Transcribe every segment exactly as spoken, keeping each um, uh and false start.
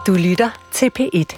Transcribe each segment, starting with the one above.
Du lytter til P et.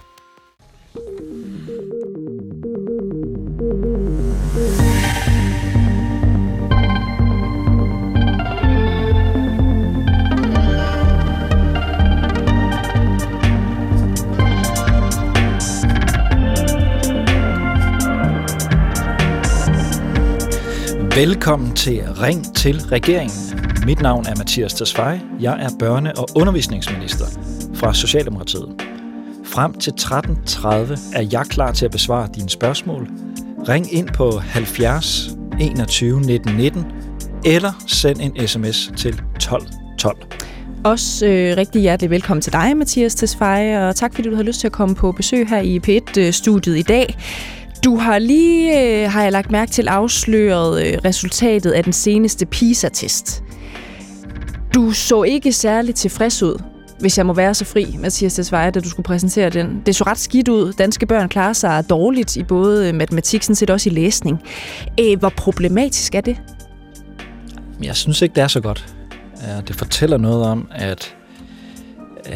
Velkommen til Ring til regeringen. Mit navn er Mathias Tesfaye. Jeg er børne- og undervisningsminister fra Socialdemokratiet. Frem til tretten tredive er jeg klar til at besvare dine spørgsmål. Ring ind på halvfjerds enogtyve nitten nitten eller send en sms til tolv tolv. Også øh, rigtig hjertelig velkommen til dig, Mathias Tesfaye, og tak fordi du har lyst til at komme på besøg her i P et-studiet i dag. Du har lige, øh, har jeg lagt mærke til, afsløret øh, resultatet af den seneste PISA-test. Du så ikke særlig tilfreds ud, hvis jeg må være så fri, Mathias Tesfaye, da du skulle præsentere den. Det så ret skidt ud. Danske børn klarer sig dårligt i både matematik, sådan set også i læsning. Øh, hvor problematisk er det? Jeg synes ikke, det er så godt. Det fortæller noget om, at øh,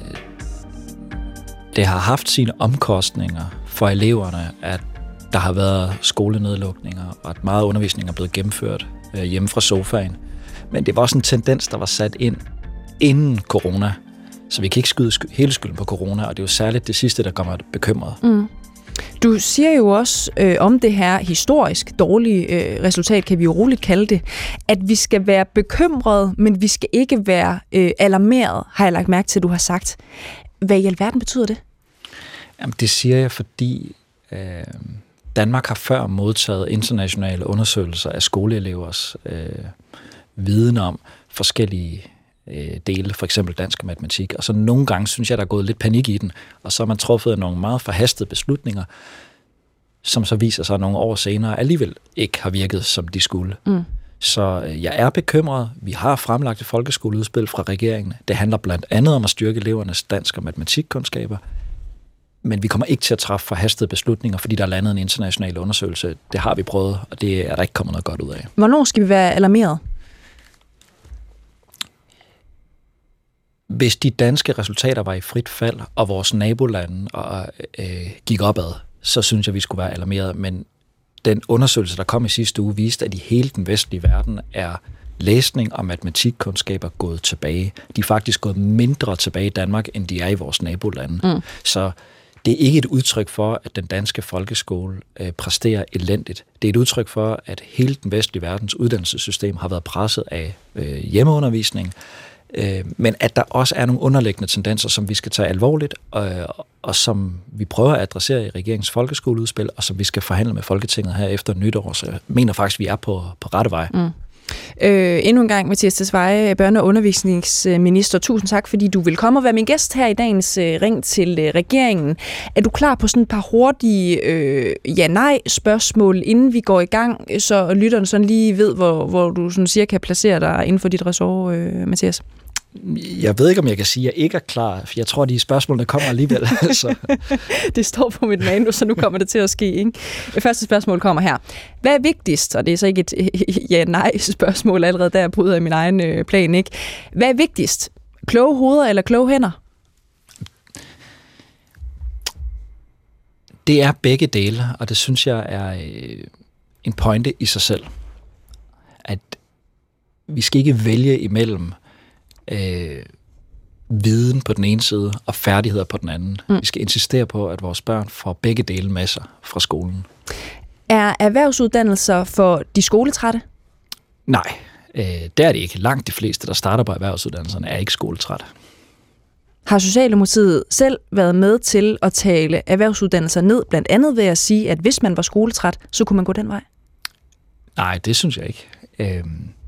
det har haft sine omkostninger for eleverne, at der har været skolenedlukninger, og at meget undervisning er blevet gennemført øh, hjemme fra sofaen. Men det var også en tendens, der var sat ind inden corona. Så vi kan ikke skyde hele skylden på corona, og det er jo særligt det sidste, der gør mig bekymret. Mm. Du siger jo også øh, om det her historisk dårlige øh, resultat, kan vi jo roligt kalde det, at vi skal være bekymrede, men vi skal ikke være øh, alarmeret, har jeg lagt mærke til, at du har sagt. Hvad i alverden betyder det? Jamen, det siger jeg, fordi øh, Danmark har før modtaget internationale undersøgelser af skoleelevers øh, viden om forskellige øh, dele, for eksempel dansk og matematik. Og så nogle gange synes jeg, der er gået lidt panik i den, og så har man truffet nogle meget forhastede beslutninger, som så viser sig nogle år senere alligevel ikke har virket, som de skulle. Mm. Så øh, jeg er bekymret. Vi har fremlagt et folkeskoleudspil fra regeringen. Det handler blandt andet om at styrke elevernes dansk- og matematikkundskaber. Men vi kommer ikke til at træffe forhastede beslutninger, fordi der er landet en international undersøgelse. Det har vi prøvet, og det er der ikke kommet noget godt ud af. Hvornår skal vi være alarmeret? Hvis de danske resultater var i frit fald, og vores nabolande og, øh, gik opad, så synes jeg, vi skulle være alarmeret. Men den undersøgelse, der kom i sidste uge, viste, at i hele den vestlige verden er læsning og matematikkundskaber gået tilbage. De er faktisk gået mindre tilbage i Danmark, end de er i vores nabolande. Mm. Så det er ikke et udtryk for, at den danske folkeskole øh, præsterer elendigt. Det er et udtryk for, at hele den vestlige verdens uddannelsessystem har været presset af øh, hjemmeundervisning, øh, men at der også er nogle underliggende tendenser, som vi skal tage alvorligt, øh, og som vi prøver at adressere i regeringens folkeskoleudspil, og som vi skal forhandle med Folketinget her efter nytår. Så jeg mener faktisk, at vi er på, på rette vej. Mm. Øh, endnu en gang, Mathias Tesfaye, børne- og undervisningsminister. Tusind tak, fordi du vil komme og være min gæst her i dagens øh, ring til øh, regeringen. Er du klar på sådan et par hurtige øh, ja-nej-spørgsmål, inden vi går i gang, så lytterne sådan lige ved, hvor, hvor du sådan cirka placerer dig inden for dit ressort, øh, Mathias? Jeg ved ikke, om jeg kan sige, at jeg ikke er klar, for jeg tror, at de spørgsmål, der kommer alligevel. Altså. Det står på mit manus, så nu kommer det til at ske. Ikke? Det første spørgsmål kommer her. Hvad er vigtigst? Og det er så ikke et ja-nej-spørgsmål allerede, der jeg bryder i min egen plan. Ikke? Hvad er vigtigst? Kloge hoveder eller kloge hænder? Det er begge dele, og det synes jeg er en pointe i sig selv. At vi skal ikke vælge imellem Øh, viden på den ene side og færdigheder på den anden. Mm. Vi skal insistere på, at vores børn får begge dele med sig fra skolen. Er erhvervsuddannelser for de skoletrætte? Nej, øh, det er det ikke. Langt de fleste, der starter på erhvervsuddannelserne, er ikke skoletrætte. Har Socialdemokratiet selv været med til at tale erhvervsuddannelser ned, blandt andet ved at sige, at hvis man var skoletræt, så kunne man gå den vej? Nej, det synes jeg ikke. Øh,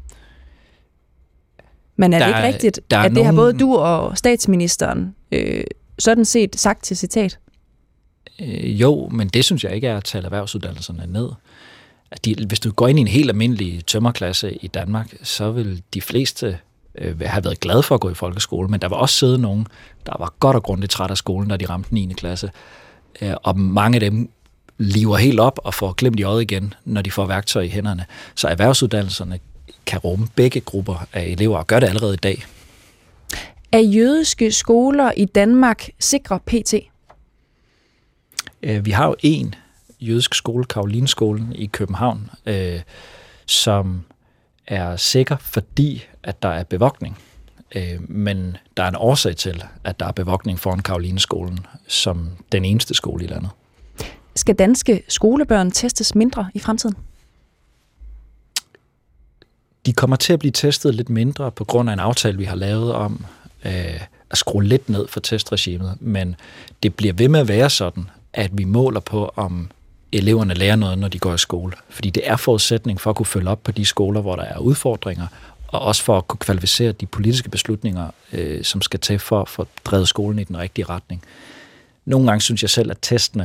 Men er det ikke rigtigt, at det nogen... har både du og statsministeren øh, sådan set sagt til citat? Øh, jo, men det synes jeg ikke er at tale erhvervsuddannelserne ned. At de, hvis du går ind i en helt almindelig tømmerklasse i Danmark, så vil de fleste øh, have været glade for at gå i folkeskole, men der var også siddet nogen, der var godt og grundigt træt af skolen, da de ramte niende klasse. Øh, og mange af dem liver helt op og får glemt i øjet igen, når de får værktøj i hænderne. Så erhvervsuddannelserne kan rumme begge grupper af elever, og gør det allerede i dag. Er jødiske skoler i Danmark sikre pt? Vi har jo en jødisk skole, Carolineskolen i København, øh, som er sikker, fordi at der er bevogtning. Øh, men der er en årsag til, at der er bevogtning foran Carolineskolen, som den eneste skole i landet. Skal danske skolebørn testes mindre i fremtiden? De kommer til at blive testet lidt mindre på grund af en aftale, vi har lavet om øh, at skrue lidt ned for testregimet, men det bliver ved med at være sådan, at vi måler på, om eleverne lærer noget, når de går i skole. Fordi det er forudsætning for at kunne følge op på de skoler, hvor der er udfordringer, og også for at kunne kvalificere de politiske beslutninger, øh, som skal til for at få drevet skolen i den rigtige retning. Nogle gange synes jeg selv, at testene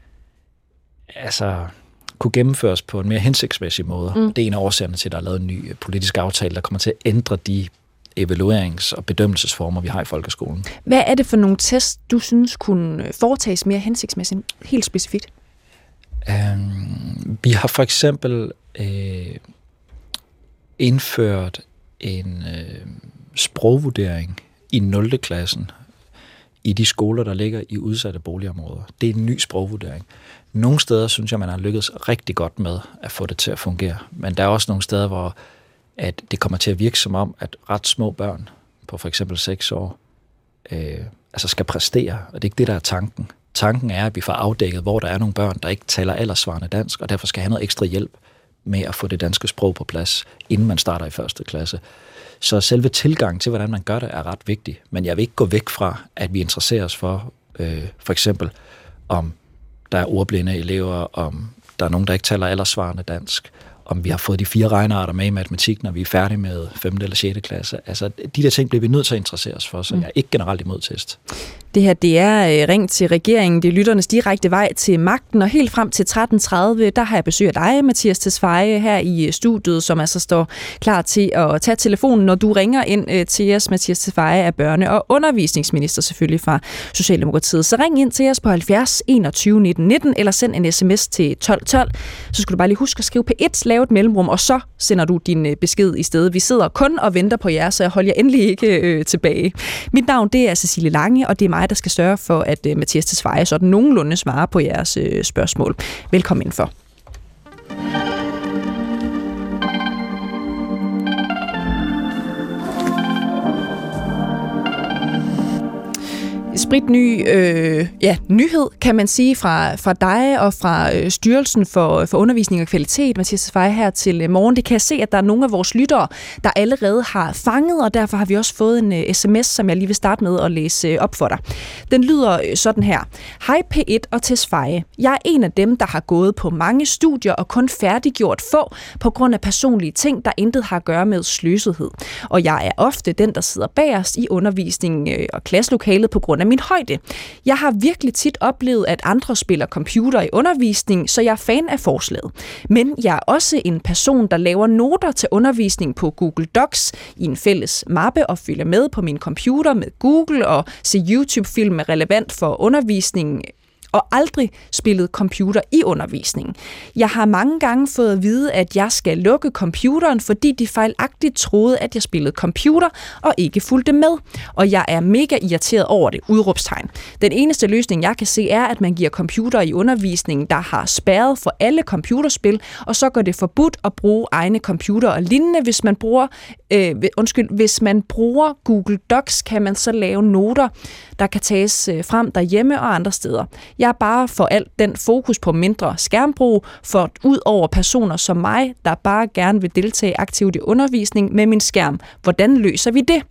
altså, kunne gennemføres på en mere hensigtsmæssig måde. Mm. Det er en af årsagerne til, at der er lavet en ny politisk aftale, der kommer til at ændre de evaluerings- og bedømmelsesformer, vi har i folkeskolen. Hvad er det for nogle tests, du synes kunne foretages mere hensigtsmæssigt, helt specifikt? Um, vi har for eksempel øh, indført en øh, sprogvurdering i nul klassen i de skoler, der ligger i udsatte boligområder. Det er en ny sprogvurdering. Nogle steder synes jeg, man har lykkedes rigtig godt med at få det til at fungere, men der er også nogle steder, hvor at det kommer til at virke som om, at ret små børn på for eksempel seks år øh, altså skal præstere, og det er ikke det, der er tanken. Tanken er, at vi får afdækket, hvor der er nogle børn, der ikke taler alderssvarende dansk, og derfor skal have noget ekstra hjælp med at få det danske sprog på plads, inden man starter i første klasse. Så selve tilgangen til, hvordan man gør det, er ret vigtig. Men jeg vil ikke gå væk fra, at vi interesserer os for, øh, for eksempel, om der er ordblinde elever, om der er nogen, der ikke taler alderssvarende dansk, om vi har fået de fire regnearter med i matematik, når vi er færdige med femte eller sjette klasse. Altså, de der ting bliver vi nødt til at interessere os for, så jeg er ikke generelt imod test. Det her, det er Ring til regeringen. Det er lytternes direkte vej til magten, og helt frem til tretten tredive, der har jeg besøg af dig, Mathias Tesfaye, her i studiet, som altså står klar til at tage telefonen, når du ringer ind til os. Mathias Tesfaye er børne- og undervisningsminister selvfølgelig fra Socialdemokratiet. Så ring ind til os på halvfjerds enogtyve nitten nitten, eller send en sms til tolv tolv. Så skal du bare lige huske at skrive P et, lave et mellemrum, og så sender du din besked i stedet. Vi sidder kun og venter på jer, så jeg holder jer endelig ikke øh, tilbage. Mit navn, det er Cecilie Lange, og det er mig, der skal sørge for, at uh, Mathias Tesfaye sådan nogenlunde svarer på jeres uh, spørgsmål. Velkommen indenfor. Spritny øh, ja, nyhed, kan man sige, fra, fra dig og fra øh, Styrelsen for, for Undervisning og Kvalitet, Mathias Tesfaye, her til øh, morgen. Det kan jeg se, at der er nogle af vores lyttere, der allerede har fanget, og derfor har vi også fået en øh, sms, som jeg lige vil starte med at læse øh, op for dig. Den lyder øh, sådan her. Hej P et og Tesfaye. Jeg er en af dem, der har gået på mange studier og kun færdiggjort få på grund af personlige ting, der intet har at gøre med sløsethed. Og jeg er ofte den, der sidder bagerst i undervisningen øh, og klasselokalet på grund af min højde. Jeg har virkelig tit oplevet, at andre spiller computer i undervisning, så jeg er fan af forslaget. Men jeg er også en person, der laver noter til undervisning på Google Docs i en fælles mappe og følger med på min computer med Google og ser YouTube-film relevant for undervisningen og aldrig spillet computer i undervisningen. Jeg har mange gange fået at vide, at jeg skal lukke computeren, fordi de fejlagtigt troede, at jeg spillede computer og ikke fulgte med. Og jeg er mega irriteret over det. Udråbstegn. Den eneste løsning, jeg kan se, er, at man giver computer i undervisningen, der har spærret for alle computerspil, og så går det forbudt at bruge egne computer og lignende. Hvis man bruger, øh, undskyld, hvis man bruger Google Docs, kan man så lave noter, der kan tages frem derhjemme og andre steder. Jeg er bare for alt den fokus på mindre skærmbrug, for ud over personer som mig, der bare gerne vil deltage aktivt i undervisning med min skærm. Hvordan løser vi det?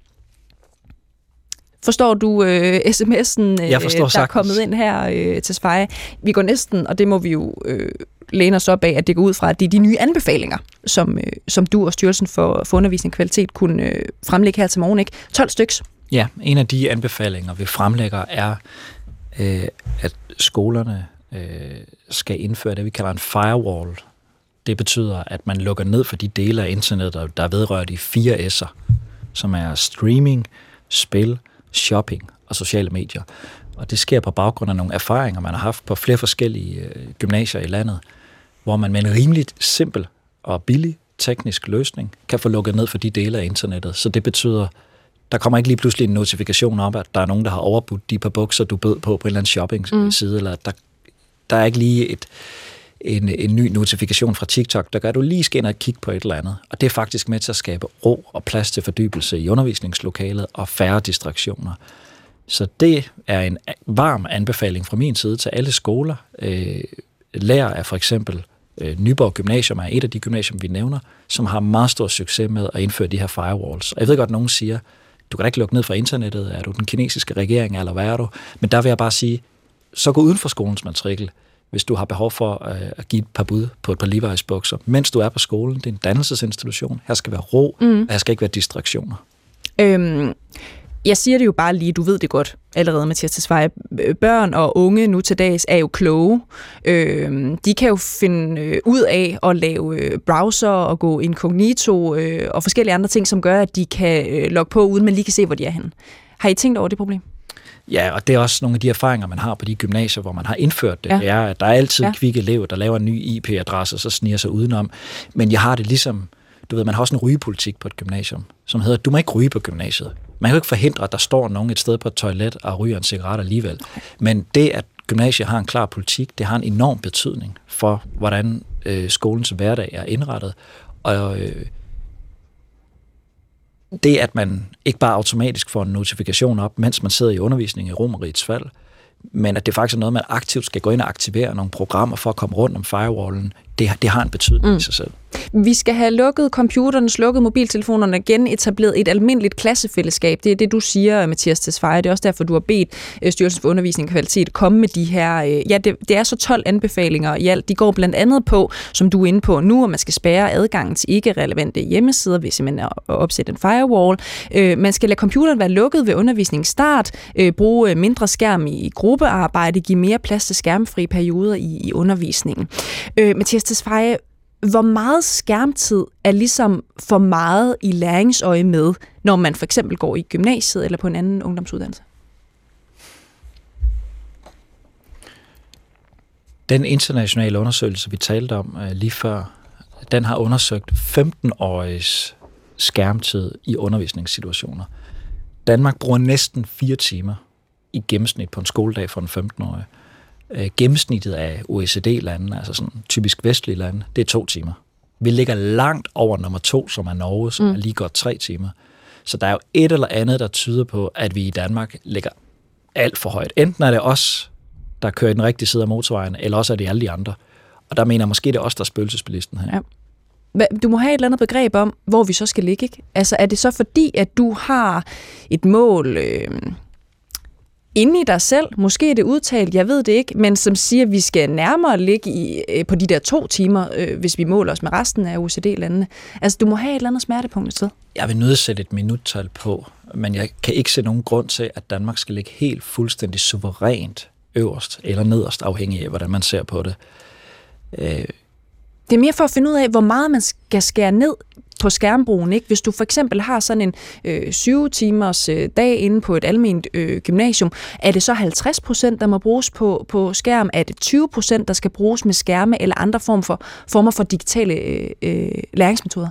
Forstår du øh, sms'en, øh, der er kommet ind her øh, til Tesfaye? Vi går næsten, og det må vi jo øh, læne os op af, at det går ud fra, at det er de nye anbefalinger, som, øh, som du og Styrelsen for, for Undervisning og Kvalitet kunne øh, fremlægge her til morgen, ikke? tolv styks. Ja, en af de anbefalinger, vi fremlægger, er, øh, at skolerne øh, skal indføre det, vi kalder en firewall. Det betyder, at man lukker ned for de dele af internettet, der vedrører de fire S'er, som er streaming, spil, shopping og sociale medier. Og det sker på baggrund af nogle erfaringer, man har haft på flere forskellige øh, gymnasier i landet, hvor man med en rimeligt simpel og billig teknisk løsning kan få lukket ned for de dele af internettet. Så det betyder Der kommer ikke lige pludselig en notifikation op, at der er nogen, der har overbudt de par bukser, du bød på på en eller anden shopping-side, mm. eller der, der er ikke lige et, en, en ny notifikation fra TikTok, der gør, at du lige skal ind og kigge på et eller andet. Og det er faktisk med til at skabe ro og plads til fordybelse i undervisningslokalet og færre distraktioner. Så det er en varm anbefaling fra min side til alle skoler. Øh, lærer af for eksempel øh, Nyborg Gymnasium er et af de gymnasium, vi nævner, som har meget stor succes med at indføre de her firewalls. Og jeg ved godt, at nogen siger, du kan da ikke lukke ned fra internettet, er du den kinesiske regering, eller hvad er du? Men der vil jeg bare sige, så gå uden for skolens matrikel, hvis du har behov for øh, at give et par bud på et par Levi's bukser, mens du er på skolen. Det er en dannelsesinstitution. Her skal være ro, mm. og her skal ikke være distraktioner. Øhm, jeg siger det jo bare lige, du ved det godt allerede, Mathias Tesfaye. Børn og unge nu til dags er jo kloge. Øhm, de kan jo finde øh, ud af at lave øh, browser og gå incognito øh, og forskellige andre ting, som gør, at de kan øh, logge på, uden man lige kan se, hvor de er henne. Har I tænkt over det problem? Ja, og det er også nogle af de erfaringer, man har på de gymnasier, hvor man har indført det. Ja. Det er, at der er altid ja. kvikke elever, der laver en ny I P-adresse, og så sniger sig udenom. Men jeg har det ligesom, du ved, man har også en rygepolitik på et gymnasium, som hedder, du må ikke ryge på gymnasiet. Man kan jo ikke forhindre, at der står nogen et sted på et toilet og ryger en cigaret alligevel. Men det, at gymnasiet har en klar politik, det har en enorm betydning for, hvordan øh, skolens hverdag er indrettet. Og øh, det, at man ikke bare automatisk får en notifikation op, mens man sidder i undervisning i Romerrigets fald, men at det faktisk er noget, man aktivt skal gå ind og aktivere nogle programmer for at komme rundt om firewallen, det, det har en betydning mm. i sig selv. Vi skal have lukket computerne, slukket mobiltelefonerne, genetableret et almindeligt klassefællesskab. Det er det, du siger, Mathias Tesfaye. Det er også derfor, du har bedt Styrelsen for Undervisning og Kvalitet komme med de her... Ja, det, det er så tolv anbefalinger i alt. De går blandt andet på, som du er inde på nu, at man skal spærre adgangen til ikke-relevante hjemmesider ved simpelthen at opsætte en firewall. Man skal lade computeren være lukket ved undervisningens start, bruge mindre skærm i gruppearbejde, give mere plads til skærmfri perioder i, i undervisningen. Mathias Tesfaye, hvor meget skærmtid er ligesom for meget i læringsøje med, når man for eksempel går i gymnasiet eller på en anden ungdomsuddannelse? Den internationale undersøgelse, vi talte om uh, lige før, den har undersøgt femten-åriges skærmtid i undervisningssituationer. Danmark bruger næsten fire timer i gennemsnit på en skoledag for en femten-årig. Gennemsnittet af O E C D-lande, altså sådan typisk vestlige lande, det er to timer. Vi ligger langt over nummer to, som er Norge, som mm. er lige godt tre timer. Så der er jo et eller andet, der tyder på, at vi i Danmark ligger alt for højt. Enten er det os, der kører i den rigtige side af motorvejen, eller også er det alle de andre. Og der mener jeg måske, det er os, der er spøgelsesbilisten her. Ja. Du må have et eller andet begreb om, hvor vi så skal ligge, ikke? Altså er det så fordi, at du har et mål... Øh inde i dig selv, måske er det udtalt, jeg ved det ikke, men som siger, at vi skal nærmere ligge i, på de der to timer, øh, hvis vi måler os med resten af O E C D-landene. Altså, du må have et eller andet smertepunkt et sted. Jeg vil nødt sætte et minuttal på, men jeg kan ikke se nogen grund til, at Danmark skal ligge helt fuldstændig suverænt øverst eller nederst, afhængig af, hvordan man ser på det. Øh. Det er mere for at finde ud af, hvor meget man skal skære ned på skærmbrugen, ikke? Hvis du for eksempel har sådan en øh, syv timers øh, dag inde på et alment øh, gymnasium, er det så halvtreds procent, der må bruges på, på skærm? Er det tyve procent, der skal bruges med skærme eller andre form for, former for digitale øh, læringsmetoder?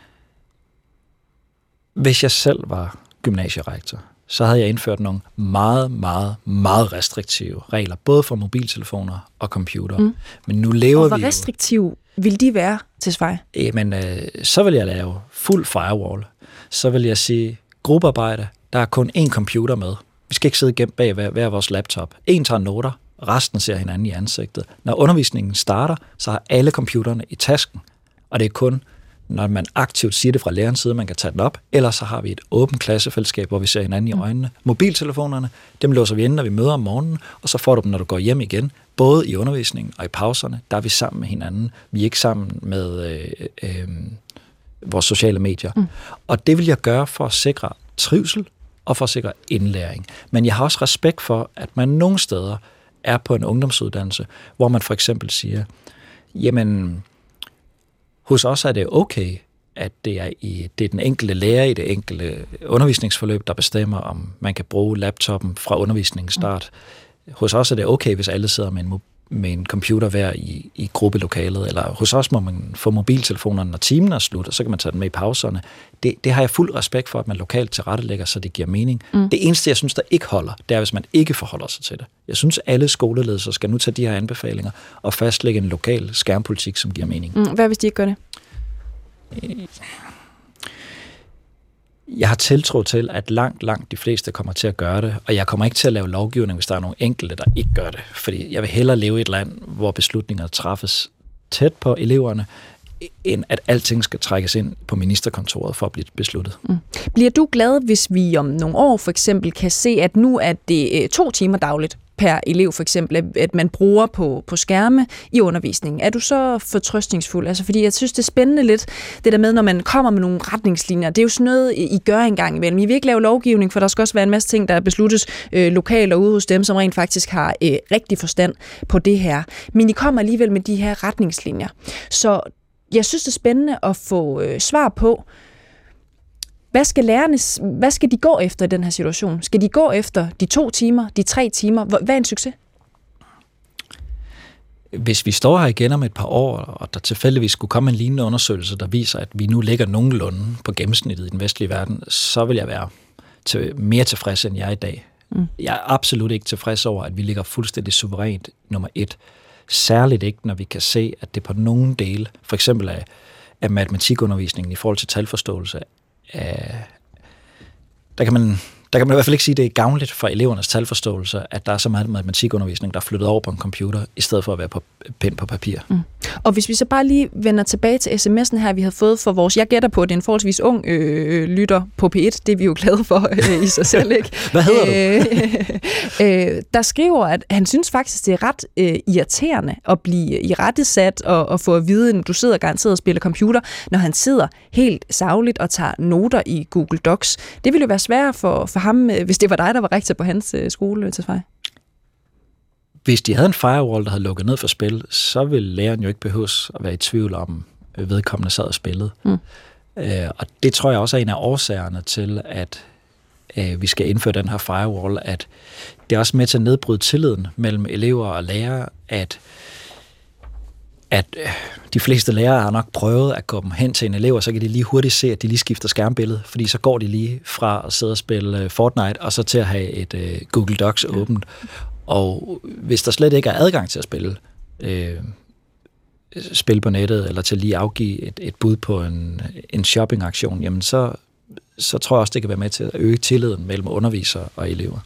Hvis jeg selv var gymnasierektor, så havde jeg indført nogle meget, meget, meget restriktive regler, både for mobiltelefoner og computer. Mm. Men nu lever og hvor vi jo... restriktive vil de være, Tesfaye? Jamen, øh, så vil jeg lave fuld firewall. Så vil jeg sige, gruppearbejde, der er kun én computer med. Vi skal ikke sidde gemt bag hver, hver vores laptop. En tager noter, resten ser hinanden i ansigtet. Når undervisningen starter, så har alle computerne i tasken. Og det er kun, når man aktivt siger det fra lærerens side, man kan tage den op. Ellers så har vi et åbent klassefællesskab, hvor vi ser hinanden i øjnene. Mobiltelefonerne, dem låser vi inde, når vi møder om morgenen, og så får du dem, når du går hjem igen. Både i undervisningen og i pauserne, der er vi sammen med hinanden. Vi er ikke sammen med øh, øh, vores sociale medier. Mm. Og det vil jeg gøre for at sikre trivsel og for at sikre indlæring. Men jeg har også respekt for, at man nogle steder er på en ungdomsuddannelse, hvor man for eksempel siger, jamen, hos os er det okay, at det er, i, det er den enkelte lærer i det enkelte undervisningsforløb, der bestemmer, om man kan bruge laptoppen fra undervisningens start. Mm. Hos os er det okay, hvis alle sidder med en med en computer hver i, i gruppelokalet, eller hos os må man få mobiltelefonerne, når timen er slut, og så kan man tage den med i pauserne. Det, det har jeg fuld respekt for, at man lokalt tilrettelægger, så det giver mening. Mm. Det eneste, jeg synes, der ikke holder, det er, hvis man ikke forholder sig til det. Jeg synes, alle skoleledelser skal nu tage de her anbefalinger og fastlægge en lokal skærmpolitik, som giver mening. Mm. Hvad hvis de ikke gør det? Jeg har tiltro til, at langt, langt de fleste kommer til at gøre det, og jeg kommer ikke til at lave lovgivning, hvis der er nogle enkelte, der ikke gør det. Fordi jeg vil hellere leve i et land, hvor beslutninger træffes tæt på eleverne, end at alting skal trækkes ind på ministerkontoret for at blive besluttet. Mm. Bliver du glad, hvis vi om nogle år for eksempel kan se, at nu er det to timer dagligt per elev for eksempel, at man bruger på, på skærme i undervisningen? Er du så fortrøstningsfuld? Altså, fordi jeg synes, det er spændende lidt, det der med, når man kommer med nogle retningslinjer. Det er jo sådan noget, I gør engang imellem. I vil ikke lave lovgivning, for der skal også være en masse ting, der besluttes øh, lokalt og ude hos dem, som rent faktisk har øh, rigtig forstand på det her. Men I kommer alligevel med de her retningslinjer. Så jeg synes, det er spændende at få øh, svar på, hvad skal lærerne, hvad skal de gå efter i den her situation? Skal de gå efter de to timer, de tre timer? Hvad er en succes? Hvis vi står her igen om et par år, og der tilfældigvis skulle komme en lignende undersøgelse, der viser, at vi nu ligger nogenlunde på gennemsnittet i den vestlige verden, så vil jeg være til, mere tilfreds, end jeg er i dag. Mm. Jeg er absolut ikke tilfreds over, at vi ligger fuldstændig suverænt nummer et. Særligt ikke, når vi kan se, at det på nogle dele, for eksempel af, af matematikundervisningen i forhold til talforståelse, af, der kan man Der kan man i hvert fald ikke sige, at det er gavnligt for elevernes talforståelse, at der er så meget matematikundervisning, der er flyttet over på en computer, i stedet for at være på pen på papir. Mm. Og hvis vi så bare lige vender tilbage til sms'en her, vi har fået for vores, jeg gætter på, at det er en forholdsvis ung øh, lytter på P et, det er vi jo glade for øh, i sig selv, ikke? Hvad hedder du? øh, der skriver, at han synes faktisk, det er ret øh, irriterende at blive irettesat og, og få at vide, at du sidder garanteret og spiller computer, når han sidder helt sagligt og tager noter i Google Docs. Det ville jo være sværere for, for ham, hvis det var dig, der var rektor på hans øh, skole, til Tesfaye. Hvis de havde en firewall, der havde lukket ned for spil, så ville læreren jo ikke behøves at være i tvivl om, vedkommende sad og spillede. Mm. Øh, og det tror jeg også er en af årsagerne til, at øh, vi skal indføre den her firewall, at det er også med til at nedbryde tilliden mellem elever og lærere, at at øh, de fleste lærere har nok prøvet at gå dem hen til en elev, og så kan de lige hurtigt se, at de lige skifter skærmbillede, fordi så går de lige fra at sidde og spille øh, Fortnite, og så til at have et øh, Google Docs åbent. Og hvis der slet ikke er adgang til at spille, øh, spille på nettet, eller til lige afgive et, et bud på en, en shoppingaktion, jamen så, så tror jeg også, det kan være med til at øge tilliden mellem undervisere og elever.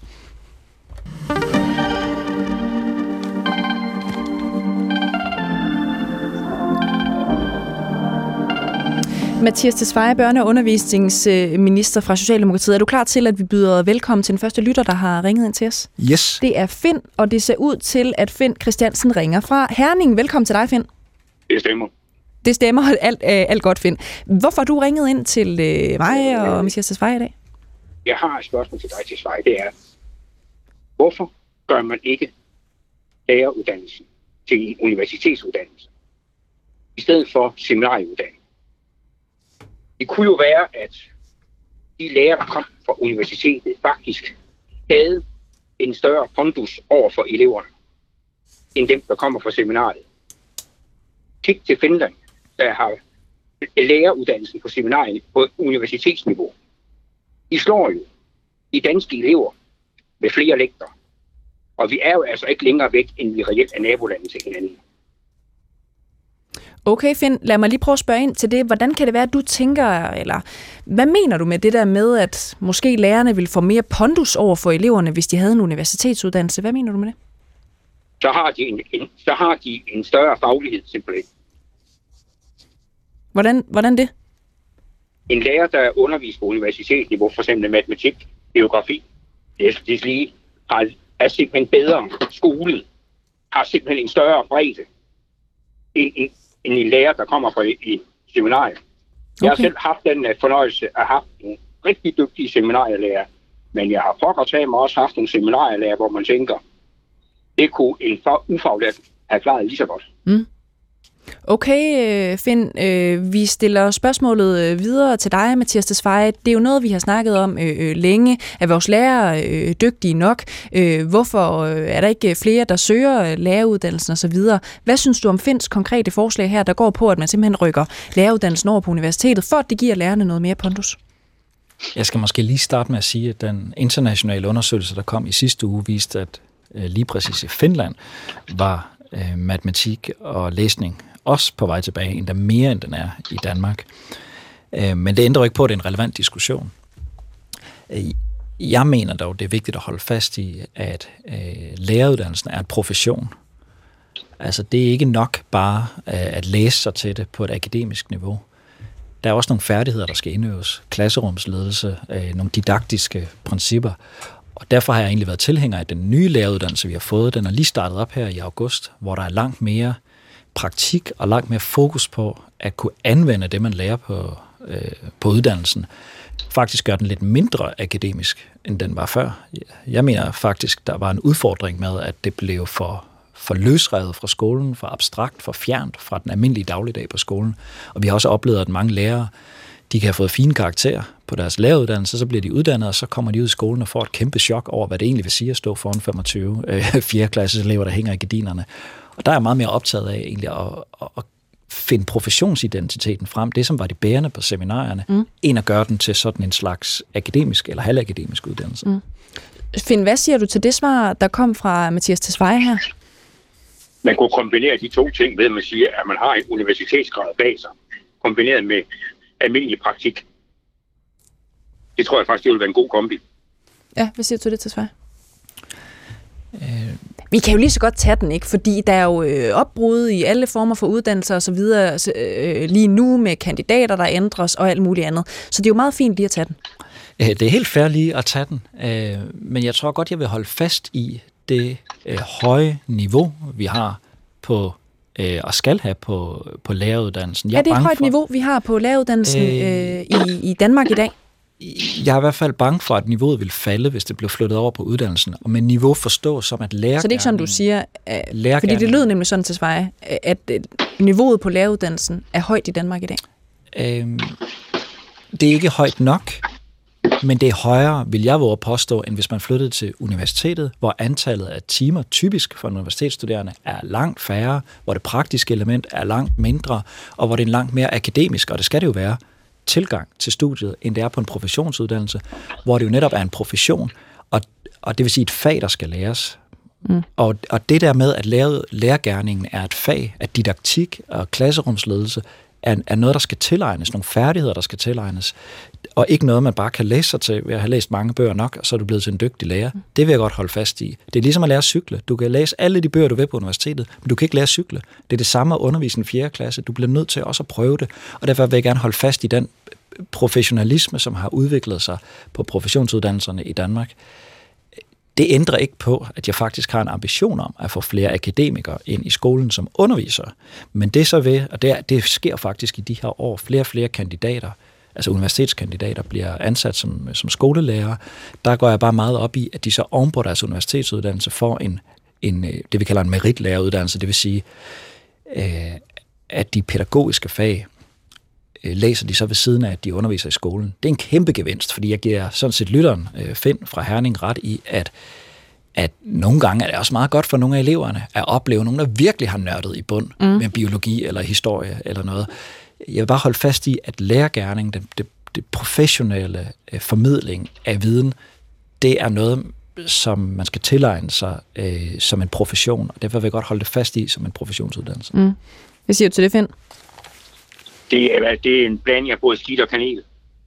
Mathias Tesfaye, børne- og undervisningsminister fra Socialdemokratiet. Er du klar til, at vi byder velkommen til den første lytter, der har ringet ind til os? Yes. Det er Finn, og det ser ud til, at Finn Christiansen ringer fra Herning. Velkommen til dig, Finn. Det stemmer. Det stemmer. Alt, alt godt, Finn. Hvorfor har du ringet ind til mig og Mathias Tesfaye i dag? Jeg har et spørgsmål til dig, Tesfaye. Det er, hvorfor gør man ikke læreruddannelsen til en universitetsuddannelse, i stedet for seminarieuddannelse? Det kunne jo være, at de lærere, der kom fra universitetet, faktisk havde en større pondus over for eleverne, end dem, der kommer fra seminariet. Kig til Finland, der har læreruddannelsen på seminariet på universitetsniveau. De slår jo de danske elever med flere lektorer, og vi er jo altså ikke længere væk, end vi reelt er nabolanden til hinanden. Okay, Finn, lad mig lige prøve at spørge ind til det. Hvordan kan det være, at du tænker, eller hvad mener du med det der med, at måske lærerne vil få mere pondus over for eleverne, hvis de havde en universitetsuddannelse? Hvad mener du med det? Så har de en, en, så har de en større faglighed, simpelthen. Hvordan, hvordan det? En lærer, der er undervist på universitetsniveau, for eksempel matematik, geografi, deslige, har, er simpelthen bedre skolet, har simpelthen en større bredde end, end, end en lærer, der kommer fra et seminarium. Okay. Jeg har selv haft den fornøjelse at have haft en rigtig dygtig seminarielærer, men jeg har pokker til mig også haft en seminarielærer, hvor man tænker, det kunne en ufaglært have klaret lige så godt. Mm. Okay, Finn, øh, vi stiller spørgsmålet videre til dig, Mathias Tesfaye. Det er jo noget, vi har snakket om øh, længe. Er vores lærere øh, dygtige nok? Øh, hvorfor øh, er der ikke flere, der søger læreruddannelsen osv.? Hvad synes du om Finns konkrete forslag her, der går på, at man simpelthen rykker læreruddannelsen over på universitetet, for at det giver lærerne noget mere pondus? Jeg skal måske lige starte med at sige, at den internationale undersøgelse, der kom i sidste uge, viste, at øh, lige præcis i Finland var øh, matematik og læsning også på vej tilbage, endda mere end den er i Danmark. Øh, men det ændrer jo ikke på, at det er en relevant diskussion. Øh, jeg mener dog, det er vigtigt at holde fast i, at øh, læreruddannelsen er en profession. Altså, det er ikke nok bare øh, at læse sig til det på et akademisk niveau. Der er også nogle færdigheder, der skal indøves. Klasserumsledelse, øh, nogle didaktiske principper. Og derfor har jeg egentlig været tilhænger af den nye læreruddannelse, vi har fået. Den er lige startet op her i august, hvor der er langt mere praktik og langt mere fokus på at kunne anvende det, man lærer på, øh, på uddannelsen. Faktisk gør den lidt mindre akademisk, end den var før. Jeg mener faktisk, der var en udfordring med, at det blev for, for løsrevet fra skolen, for abstrakt, for fjernt fra den almindelige dagligdag på skolen. Og vi har også oplevet, at mange lærere, de kan have fået fine karakterer på deres læreruddannelse, så bliver de uddannet, og så kommer de ud i skolen og får et kæmpe chok over, hvad det egentlig vil sige at stå foran femogtyve øh, fjerde klasses elever, der hænger i gardinerne. Og der er jeg meget mere optaget af egentlig at, at, at finde professionsidentiteten frem, det som var de bærende på seminarierne, mm. end at gøre den til sådan en slags akademisk eller halvakademisk uddannelse. Mm. Finn, hvad siger du til det svar, der kom fra Mathias Tesfaye her? Man kunne kombinere de to ting ved, at man siger, at man har en universitetsgrad bag sig, kombineret med almindelig praktik. Det tror jeg faktisk, det vil være en god kombi. Ja, hvad siger du til det, Tesfaye? Øh... Vi kan jo lige så godt tage den, ikke? Fordi der er jo øh, opbrud i alle former for uddannelser og så videre øh, lige nu med kandidater, der ændres og alt muligt andet. Så det er jo meget fint lige at tage den. Det er helt fair lige at tage den, øh, men jeg tror godt, jeg vil holde fast i det øh, høje niveau, vi har på øh, og skal have på, på læreruddannelsen. Jeg er det et højt for, niveau, vi har på læreruddannelsen øh, øh, i, i Danmark i dag? Jeg er i hvert fald bange for, at niveauet vil falde, hvis det bliver flyttet over på uddannelsen. Og med niveau forstås som, at lærer. Så det er ikke sådan, du siger, at, fordi det lød nemlig sådan til Tesfaye, at niveauet på læreruddannelsen er højt i Danmark i dag? Øhm, det er ikke højt nok, men det er højere, vil jeg våge at påstå, end hvis man flyttede til universitetet, hvor antallet af timer typisk for universitetsstuderende er langt færre, hvor det praktiske element er langt mindre, og hvor det er en langt mere akademisk, og det skal det jo være, tilgang til studiet, end det er på en professionsuddannelse, hvor det jo netop er en profession, og, og det vil sige et fag, der skal læres. Mm. Og, og det der med, at lære, lærergerningen er et fag, at didaktik og klasserumsledelse er, er noget, der skal tilegnes, nogle færdigheder, der skal tilegnes, og ikke noget, man bare kan læse sig til ved at have læst mange bøger nok, og så er du blevet til en dygtig lærer. Mm. Det vil jeg godt holde fast i. Det er ligesom at lære at cykle. Du kan læse alle de bøger, du vil på universitetet, men du kan ikke lære at cykle. Det er det samme at undervise en fjerde klasse. Du bliver nødt til også at prøve det, og derfor vil jeg gerne holde fast i den professionalisme, som har udviklet sig på professionsuddannelserne i Danmark. Det ændrer ikke på, at jeg faktisk har en ambition om at få flere akademikere ind i skolen som undervisere. Men det så ved, og det, det sker faktisk i de her år, flere og flere kandidater, altså universitetskandidater, bliver ansat som, som skolelærer. Der går jeg bare meget op i, at de så oven på deres universitetsuddannelse får en, en det vi kalder en meritlæreruddannelse, det vil sige, at de pædagogiske fag læser de så ved siden af, at de underviser i skolen. Det er en kæmpe gevinst, fordi jeg giver sådan set lytteren, Finn fra Herning, ret i, at, at nogle gange er det også meget godt for nogle af eleverne at opleve nogen, der virkelig har nørdet i bund mm. med biologi eller historie eller noget. Jeg vil bare holde fast i, at lærergerning, det, det, det professionelle øh, formidling af viden, det er noget, som man skal tilegne sig øh, som en profession, og derfor vil jeg godt holde det fast i som en professionsuddannelse. Mm. Hvad siger du til det, Finn? Det er, det er en blanding af både skidt og kanel.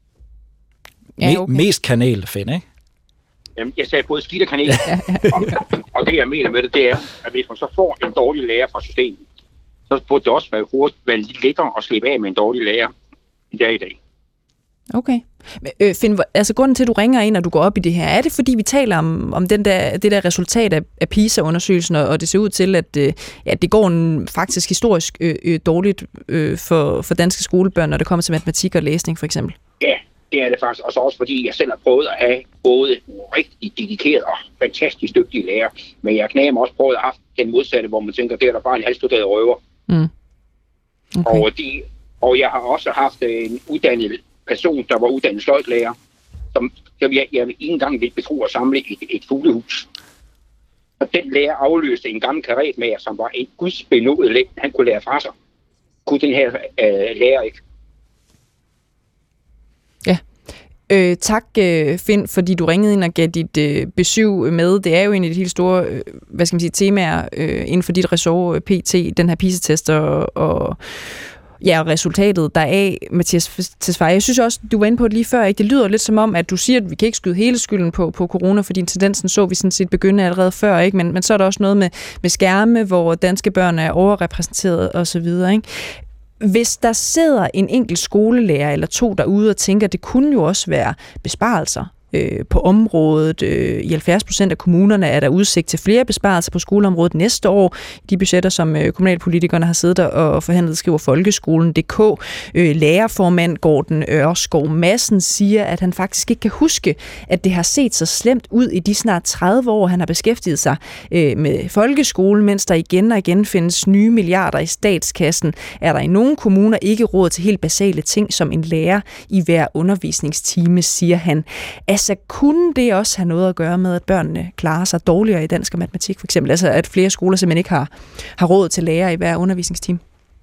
Ja, okay. Mest kanel, Finn, ikke? Jamen, jeg sagde både skidt og kanel. og, og det, jeg mener med det, det er, at hvis man så får en dårlig lærer fra systemet, så burde det også være hurtigt være lidt lettere at slippe af med en dårlig lærer i dag i dag. Okay. Men, øh, Finn, altså grunden til, at du ringer ind, og du går op i det her, er det fordi, vi taler om, om den der, det der resultat af, af PISA-undersøgelsen, og det ser ud til, at øh, ja, det går en, faktisk historisk øh, øh, dårligt øh, for, for danske skolebørn, når det kommer til matematik og læsning, for eksempel? Ja, det er det faktisk. Og så også fordi, jeg selv har prøvet at have både rigtig dedikeret og fantastisk dygtige lærer, men jeg knæmer også prøvet at have den modsatte, hvor man tænker, det er der bare en halvstuderet røver. Mm. Okay. Og, de, og jeg har også haft en uddannet person, der var uddannet sløjdlærer, som jeg, jeg ikke engang ville betro at samle et, et fuglehus. Og den lærer afløste en gammel karetmager, som var en gudsbenådet læg, han kunne lære fra sig. Kunne den her øh, lærer ikke. Ja. Øh, tak, øh, Finn, fordi du ringede ind og gav dit øh, besøg med. Det er jo en af de helt store øh, hvad skal man sige, temaer øh, inden for dit ressort, P T, den her PISA-test og, og ja, resultatet deraf, Mathias Tesfaye. Jeg synes også, du var inde på det lige før, ikke? Det lyder lidt som om, at du siger, at vi kan ikke skyde hele skylden på, på corona, fordi tendensen så vi sådan set begynde allerede før, ikke? Men, men så er der også noget med, med skærme, hvor danske børn er overrepræsenteret osv., ikke? Hvis der sidder en enkelt skolelærer eller to derude og tænker, at det kunne jo også være besparelser øh, på området. Øh, I halvfjerds procent af kommunerne er der udsigt til flere besparelser på skoleområdet næste år. De budgetter, som øh, kommunalpolitikerne har siddet der og forhandlet, skriver Folkeskolen punktum d k. Øh, lærerformand Gordon Ørskov Madsen siger, at han faktisk ikke kan huske, at det har set så slemt ud i de snart tredive år, han har beskæftiget sig øh, med folkeskolen, mens der igen og igen findes nye milliarder i statskassen. Er der i nogle kommuner ikke råd til helt basale ting, som en lærer i hver undervisningstime, siger han. Altså, kunne det også have noget at gøre med, at børnene klarer sig dårligere i dansk og matematik, for eksempel? Altså, at flere skoler simpelthen ikke har, har råd til lærer i hver undervisningstime?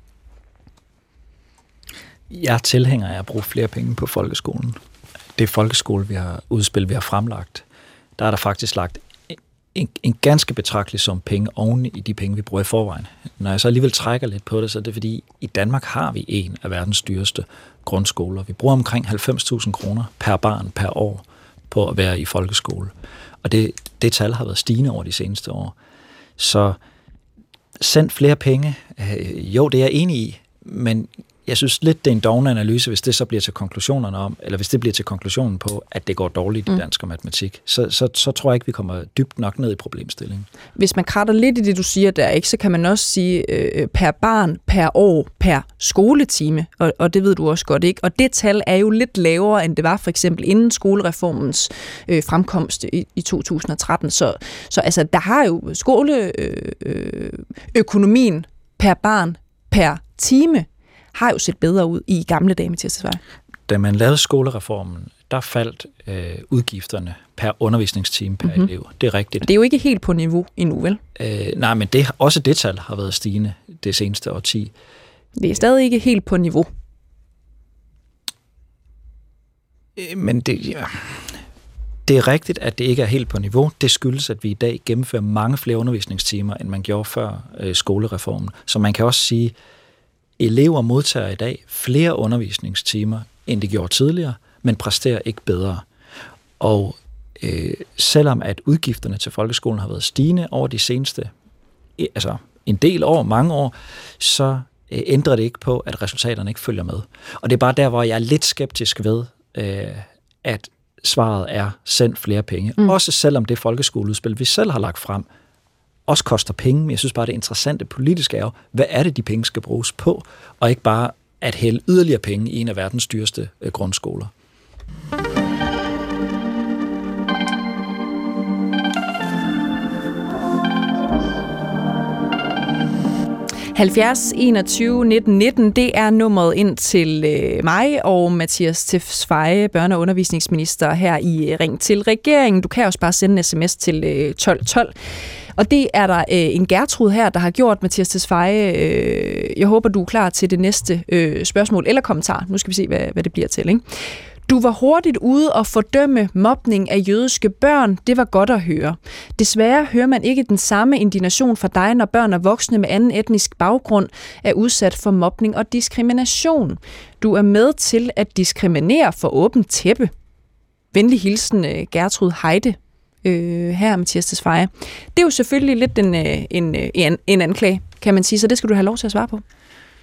Jeg er tilhænger af at bruge flere penge på folkeskolen. Det folkeskole, vi har udspil, vi har fremlagt, der er der faktisk lagt en, en ganske betragtelig sum penge oven i de penge, vi bruger i forvejen. Når jeg så alligevel trækker lidt på det, så er det fordi, i Danmark har vi en af verdens dyreste grundskoler. Vi bruger omkring halvfems tusind kroner per barn per år på at være i folkeskole. Og det, det tal har været stigende over de seneste år. Så send flere penge. Jo, det er jeg enig i, men jeg synes lidt, det er en dovne analyse, hvis det så bliver til konklusionerne om, eller hvis det bliver til konklusionen på, at det går dårligt i dansk og matematik, så, så, så tror jeg ikke, vi kommer dybt nok ned i problemstillingen. Hvis man kratter lidt i det, du siger der, ikke, så kan man også sige øh, per barn, per år, per skoletime, og, og det ved du også godt, ikke? Og det tal er jo lidt lavere, end det var for eksempel inden skolereformens øh, fremkomst i, i to tusind og tretten. Så, så altså, der har jo skoleøkonomien øh, per barn, per time, har jo set bedre ud i gamle dage, Mathias Tesfaye. Da man lavede skolereformen, der faldt øh, udgifterne per undervisningstime per mm-hmm. elev. Det er rigtigt. Det er jo ikke helt på niveau endnu, vel? Øh, nej, men det, også det tal har været stigende det seneste årti. Det er stadig ikke helt på niveau. Øh, men det, ja, det er rigtigt, at det ikke er helt på niveau. Det skyldes, at vi i dag gennemfører mange flere undervisningstimer, end man gjorde før øh, skolereformen. Så man kan også sige, elever modtager i dag flere undervisningstimer, end de gjorde tidligere, men præsterer ikke bedre. Og øh, selvom at udgifterne til folkeskolen har været stigende over de seneste, altså en del år, mange år, så øh, ændrer det ikke på, at resultaterne ikke følger med. Og det er bare der, hvor jeg er lidt skeptisk ved, øh, at svaret er send flere penge. Mm. Også selvom det folkeskoleudspil, vi selv har lagt frem, også koster penge, men jeg synes bare, det interessante politiske er jo, hvad er det, de penge skal bruges på, og ikke bare at hælde yderligere penge i en af verdens dyreste øh, grundskoler. halvfjerds enogtyve nitten nitten, det er nummeret ind til øh, mig og Mathias Tesfaye, børne- og undervisningsminister her i Ring til Regeringen. Du kan også bare sende en sms til øh, tolv tolv. Og det er der øh, en Gertrud her, der har gjort, Mathias Tesfaye. Øh, jeg håber, du er klar til det næste øh, spørgsmål eller kommentar. Nu skal vi se, hvad, hvad det bliver til, ikke? Du var hurtigt ude og fordømme mobning af jødiske børn. Det var godt at høre. Desværre hører man ikke den samme indignation fra dig, når børn og voksne med anden etnisk baggrund er udsat for mobning og diskrimination. Du er med til at diskriminere for åbent tæppe. Venlig hilsen, Gertrud Heide. Øh, her, Mathias Tesfaye. Det er jo selvfølgelig lidt en, en, en, en anklage, kan man sige, så det skal du have lov til at svare på.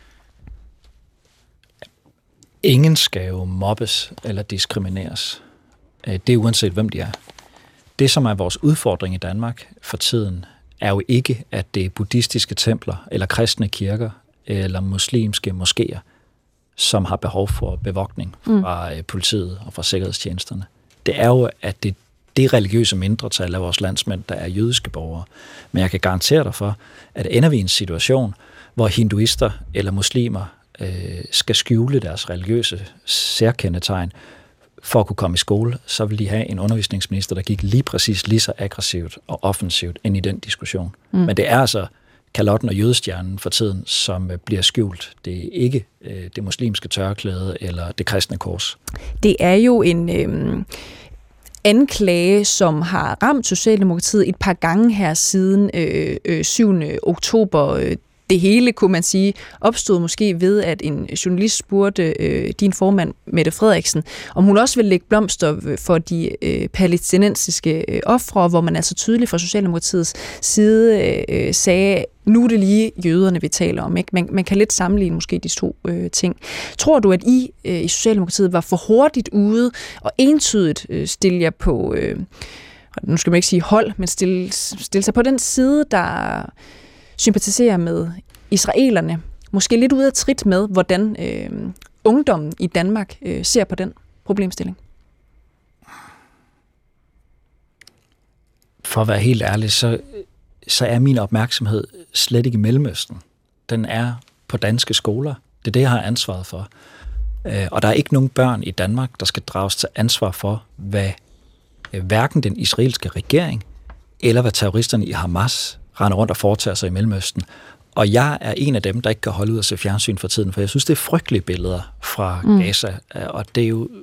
Ingen skal jo mobbes eller diskrimineres. Det er uanset, hvem de er. Det, som er vores udfordring i Danmark for tiden, er jo ikke, at det er buddhistiske templer, eller kristne kirker, eller muslimske moskéer, som har behov for bevogtning fra mm. politiet og fra sikkerhedstjenesterne. Det er jo, at det det religiøse mindretal af vores landsmænd, der er jødiske borgere. Men jeg kan garantere dig for, at ender vi i en situation, hvor hinduister eller muslimer øh, skal skjule deres religiøse særkendetegn for at kunne komme i skole, så vil de have en undervisningsminister, der gik lige præcis lige så aggressivt og offensivt ind i den diskussion. Mm. Men det er altså kalotten og jødestjernen for tiden, som bliver skjult. Det er ikke øh, det muslimske tørklæde eller det kristne kors. Det er jo en øh, anklage, som har ramt Socialdemokratiet et par gange her siden øh, øh, syvende oktober. Øh, Det hele, kunne man sige, opstod måske ved, at en journalist spurgte øh, din formand, Mette Frederiksen, om hun også ville lægge blomster for de øh, palæstinensiske øh, ofre, hvor man altså tydeligt fra Socialdemokratiets side øh, sagde, nu er det lige jøderne, vi taler om. Ikke? Man, man kan lidt sammenligne måske de to øh, ting. Tror du, at I øh, i Socialdemokratiet var for hurtigt ude og entydigt øh, stille jer på, øh, nu skal man ikke sige hold, men stille, stille sig på den side, der sympatiserer med israelerne, måske lidt ude af trit med, hvordan øh, ungdommen i Danmark øh, ser på den problemstilling? For at være helt ærlig, så, så er min opmærksomhed slet ikke i Mellemøsten. Den er på danske skoler. Det er det, jeg har ansvaret for. Øh, og der er ikke nogen børn i Danmark, der skal drages til ansvar for, hvad øh, hverken den israelske regering eller hvad terroristerne i Hamas render rundt og foretager sig i Mellemøsten. Og jeg er en af dem, der ikke kan holde ud at se fjernsyn for tiden, for jeg synes, det er frygtelige billeder fra mm. Gaza, og det er jo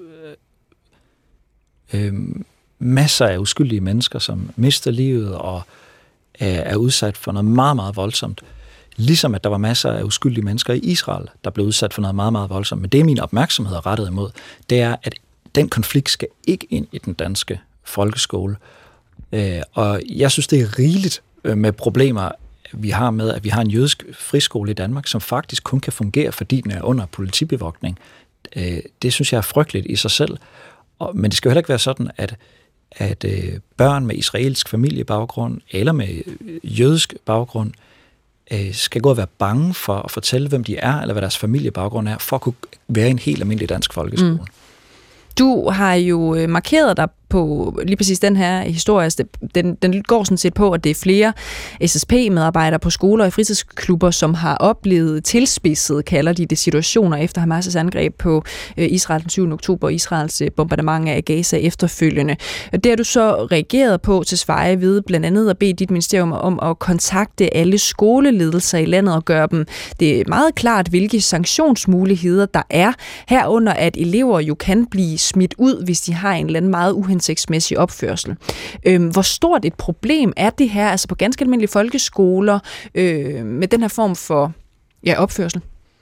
øh, masser af uskyldige mennesker, som mister livet og øh, er udsat for noget meget, meget voldsomt. Ligesom at der var masser af uskyldige mennesker i Israel, der blev udsat for noget meget, meget voldsomt. Men det, min opmærksomhed er rettet imod, det er, at den konflikt skal ikke ind i den danske folkeskole. Øh, og jeg synes, det er rigeligt med problemer, vi har med, at vi har en jødisk friskole i Danmark, som faktisk kun kan fungere, fordi den er under politibevogtning. Det synes jeg er frygteligt i sig selv. Men det skal jo heller ikke være sådan, at, at børn med israelsk familiebaggrund eller med jødisk baggrund skal gå og være bange for at fortælle, hvem de er, eller hvad deres familiebaggrund er, for at kunne være i en helt almindelig dansk folkeskole. Mm. Du har jo markeret dig på lige præcis den her historie. Den, den går sådan set på, at det er flere S S P-medarbejdere på skoler og fritidsklubber, som har oplevet tilspidset, kalder de det, situationer efter Hamas' angreb på Israel den syvende oktober og Israels bombardement af Gaza efterfølgende. Det har du så reageret på til Sveje ved blandt andet at bede dit ministerium om at kontakte alle skoleledelser i landet og gøre dem det er meget klart, hvilke sanktionsmuligheder der er, herunder at elever jo kan blive smidt ud, hvis de har en eller anden meget uhensigtsmæssig opførsel. Øhm, hvor stort et problem er det her, altså på ganske almindelige folkeskoler, øh, med den her form for ja, opførsel?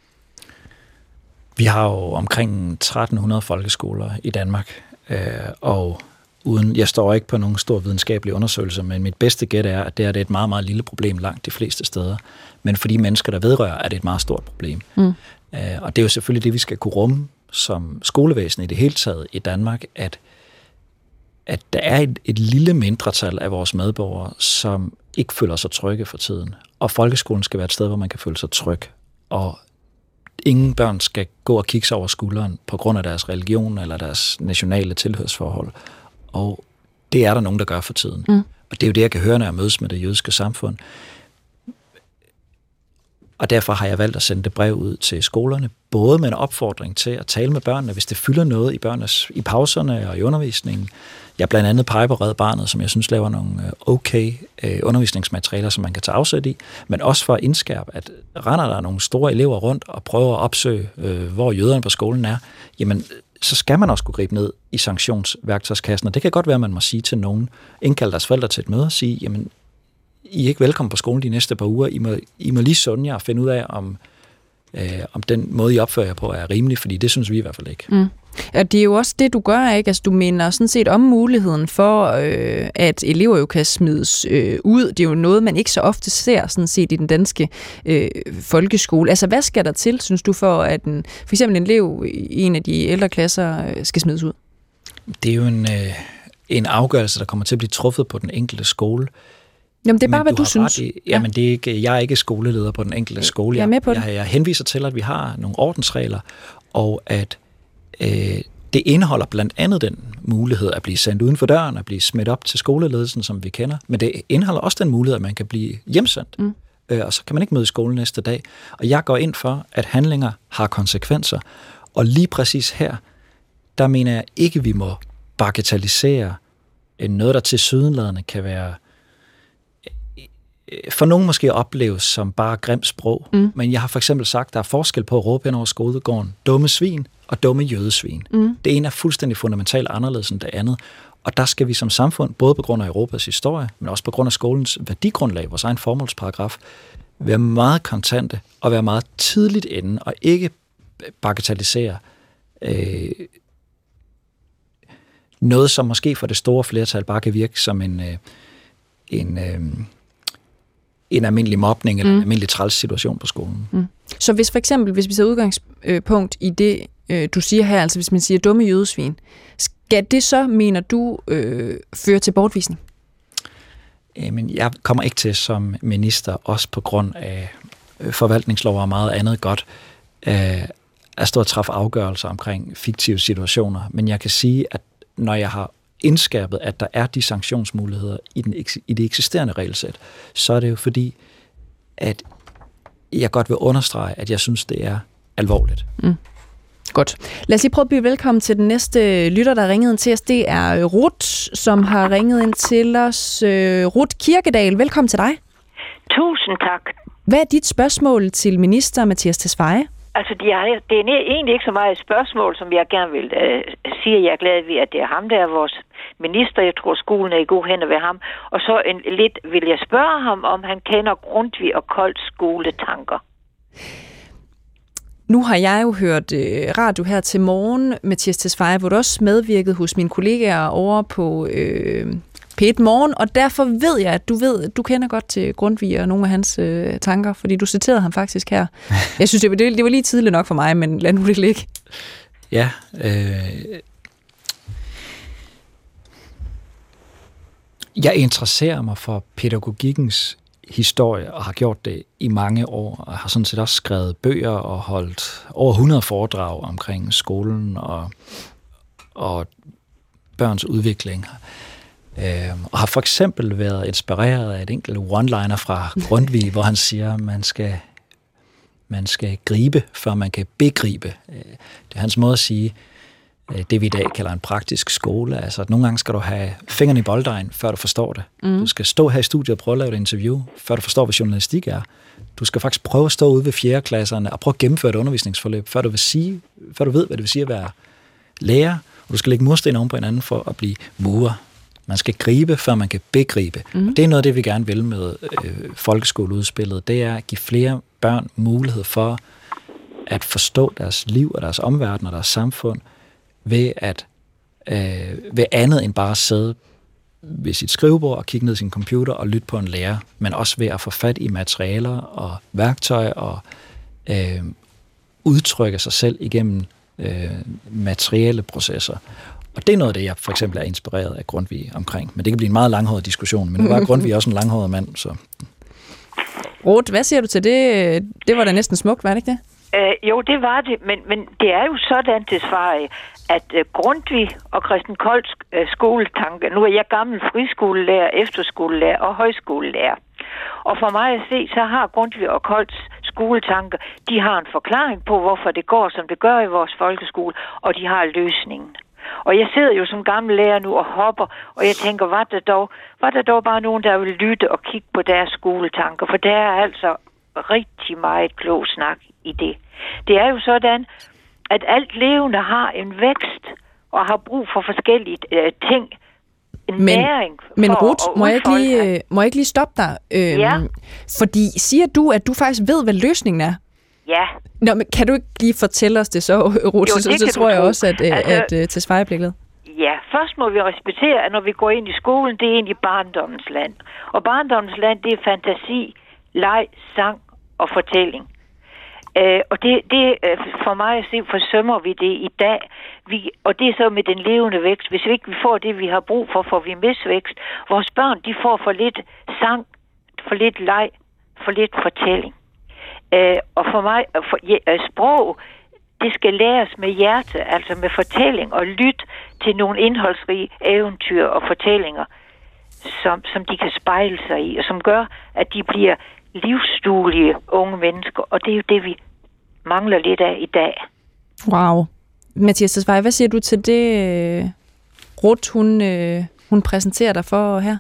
Vi har jo omkring tretten hundrede folkeskoler i Danmark, øh, og uden, jeg står ikke på nogen stor videnskabelig undersøgelse, men mit bedste gæt er, at det er et meget, meget lille problem langt de fleste steder. Men for de mennesker, der vedrører, er det et meget stort problem. Mm. Øh, og det er jo selvfølgelig det, vi skal kunne rumme som skolevæsen i det hele taget i Danmark, at, at der er et, et lille mindretal af vores medborgere, som ikke føler sig trygge for tiden. Og folkeskolen skal være et sted, hvor man kan føle sig tryg. Og ingen børn skal gå og kigge sig over skulderen på grund af deres religion eller deres nationale tilhørsforhold. Og det er der nogen, der gør for tiden. Mm. Og det er jo det, jeg kan høre, når jeg mødes med det jødiske samfund. Og derfor har jeg valgt at sende det brev ud til skolerne, både med en opfordring til at tale med børnene, hvis det fylder noget i børnenes, i pauserne og i undervisningen. Jeg blandt andet peger på Red Barnet, som jeg synes laver nogle okay øh, undervisningsmaterialer, som man kan tage afsæt i, men også for at indskærpe, at render der nogle store elever rundt og prøver at opsøge, øh, hvor jøderne på skolen er, jamen så skal man også kunne gribe ned i sanktionsværktøjskassen. Og det kan godt være, at man må sige til nogen, indkalde deres forældre til et møde og sige, jamen I er ikke velkommen på skolen de næste par uger. I må, I må lige sunde jer og finde ud af, om, øh, om den måde, I opfører jer på, er rimelig, fordi det synes vi i hvert fald ikke. Mm. Ja, det er jo også det, du gør, ikke? Altså, du mener sådan set om muligheden for, øh, at elever jo kan smides øh, ud. Det er jo noget, man ikke så ofte ser sådan set i den danske øh, folkeskole. Altså, hvad skal der til, synes du, for at en, for eksempel en elev i en af de ældre klasser øh, skal smides ud? Det er jo en, øh, en afgørelse, der kommer til at blive truffet på den enkelte skole. Jamen, det er bare, men hvad du, du synes. I, jamen, det er ikke, jeg er ikke skoleleder på den enkelte skole. Jeg er med på det. Jeg, jeg henviser til, at vi har nogle ordensregler, og at øh, det indeholder blandt andet den mulighed at blive sendt uden for døren, at blive smidt op til skoleledelsen, som vi kender, men det indeholder også den mulighed, at man kan blive hjemsendt. Mm. øh, og så kan man ikke møde i skole næste dag. Og jeg går ind for, at handlinger har konsekvenser. Og lige præcis her, der mener jeg ikke, vi må bagatellisere noget, der tilsyneladende kan være for nogen måske opleves som bare grimt sprog. Mm. Men jeg har for eksempel sagt, at der er forskel på at råbe hen over skolegården dumme svin og dumme jødesvin. Mm. Det ene er fuldstændig fundamentalt anderledes end det andet. Og der skal vi som samfund, både på grund af Europas historie, men også på grund af skolens værdigrundlag, vores egen formålsparagraf, være meget kontante og være meget tidligt inde og ikke bagatellisere øh, noget, som måske for det store flertal bare kan virke som en, øh, en, øh, en almindelig mobning eller mm. en almindelig træls situation på skolen. Mm. Så hvis for eksempel, hvis vi tager udgangspunkt i det, øh, du siger her, altså hvis man siger dumme jødesvin, skal det så, mener du, øh, føre til bortvisning? Men jeg kommer ikke til som minister, også på grund af forvaltningslov og meget andet godt, øh, at stå og træffe afgørelser omkring fiktive situationer. Men jeg kan sige, at når jeg har indskærpet, at der er de sanktionsmuligheder i, den, i det eksisterende regelsæt, så er det jo fordi, at jeg godt vil understrege, at jeg synes, det er alvorligt. Mm. Godt. Lad os lige prøve at byde velkommen til den næste lytter, der har ringet ind til os. Det er Ruth, som har ringet ind til os. Ruth Kirkedal, velkommen til dig. Tusind tak. Hvad er dit spørgsmål til minister Mattias Tesfaye? Altså, det er, det er egentlig ikke så meget et spørgsmål, som jeg gerne vil uh, sige. Jeg er glad ved, at det er ham, der er vores minister. Jeg tror, skolen er i god hænder ved ham. Og så en, lidt vil jeg spørge ham, om han kender Grundtvig og Kolds skoletanker. Nu har jeg jo hørt øh, radio her til morgen, Mattias Tesfaye, hvor du også medvirkede hos mine kollegaer over på øh, P et Morgen, og derfor ved jeg, at du ved, at du kender godt til Grundtvig og nogle af hans øh, tanker, fordi du citerede ham faktisk her. Jeg synes, det var, det var lige tidligt nok for mig, men lad nu det ligge. Ja, øh... jeg interesserer mig for pædagogikkens historie, og har gjort det i mange år, og har sådan set også skrevet bøger og holdt over hundrede foredrag omkring skolen og, og børns udvikling. Øhm, og har for eksempel været inspireret af et enkelt one-liner fra Grundtvig, hvor han siger, at man skal, man skal gribe, før man kan begribe. Det er hans måde at sige, det vi i dag kalder en praktisk skole. Altså, at nogle gange skal du have fingrene i bolddejen, før du forstår det. Mm. Du skal stå her i studiet og prøve at lave et interview, før du forstår, hvad journalistik er. Du skal faktisk prøve at stå ude ved fjerde klasserne og prøve at gennemføre et undervisningsforløb, før du, vil sige, før du ved, hvad det vil sige at være lærer. Og du skal lægge mursten oven på hinanden for at blive murer. Man skal gribe, før man kan begribe. Mm. Og det er noget af det, vi gerne vil med øh, folkeskoleudspillet. Det er at give flere børn mulighed for at forstå deres liv og deres omverden og deres samfund, ved at øh, ved andet end bare at sidde ved sit skrivebord og kigge ned i sin computer og lytte på en lærer, men også ved at få fat i materialer og værktøj og øh, udtrykke sig selv igennem øh, materielle processer. Og det er noget af det, jeg for eksempel er inspireret af Grundtvig omkring. Men det kan blive en meget langhåret diskussion, men nu var Grundtvig også en langhåret mand. Så. Ruth, hvad siger du til det? Det var da næsten smukt, var det ikke det? Øh, jo, det var det, men, men det er jo sådan til Sverige, at uh, Grundtvig og Christen Kolds uh, skoletanke, nu er jeg gammel friskolelærer, efterskolelærer og højskolelærer, og for mig at se, så har Grundtvig og Kolds skoletanke, de har en forklaring på, hvorfor det går, som det gør i vores folkeskole, og de har løsningen. Og jeg sidder jo som gammel lærer nu og hopper, og jeg tænker, var der dog, var der dog bare nogen, der vil lytte og kigge på deres skoletanker, for der er altså rigtig meget klog snak i det. Det er jo sådan, at alt levende har en vækst og har brug for forskellige øh, ting. En men, næring. Men Ruth, må jeg, ikke lige, må jeg ikke lige stoppe dig? Øhm, ja. Fordi siger du, at du faktisk ved, hvad løsningen er? Ja. Nå, men kan du ikke lige fortælle os det så, Ruth? Jo, det så, så tror jeg tro. også, at, altså, at, at Tesfaye bliver glad. Ja, først må vi respektere, at når vi går ind i skolen, det er egentlig barndommens land. Og barndommens land, det er fantasi, leg, sang og fortælling. Uh, og det, det for mig at se, forsømmer vi det i dag. Vi, og det er så med den levende vækst. Hvis vi ikke vi får det, vi har brug for, får vi misvækst. Vores børn, de får for lidt sang, for lidt leg, for lidt fortælling. Uh, og for mig, for, ja, sprog, det skal læres med hjerte, altså med fortælling, og lytte til nogle indholdsrige eventyr og fortællinger, som, som de kan spejle sig i, og som gør, at de bliver livsduelige unge mennesker, og det er jo det, vi mangler lidt af i dag. Wow. Mathias Tesfaye, hvad siger du til det, Ruth, hun, hun præsenterer dig for her?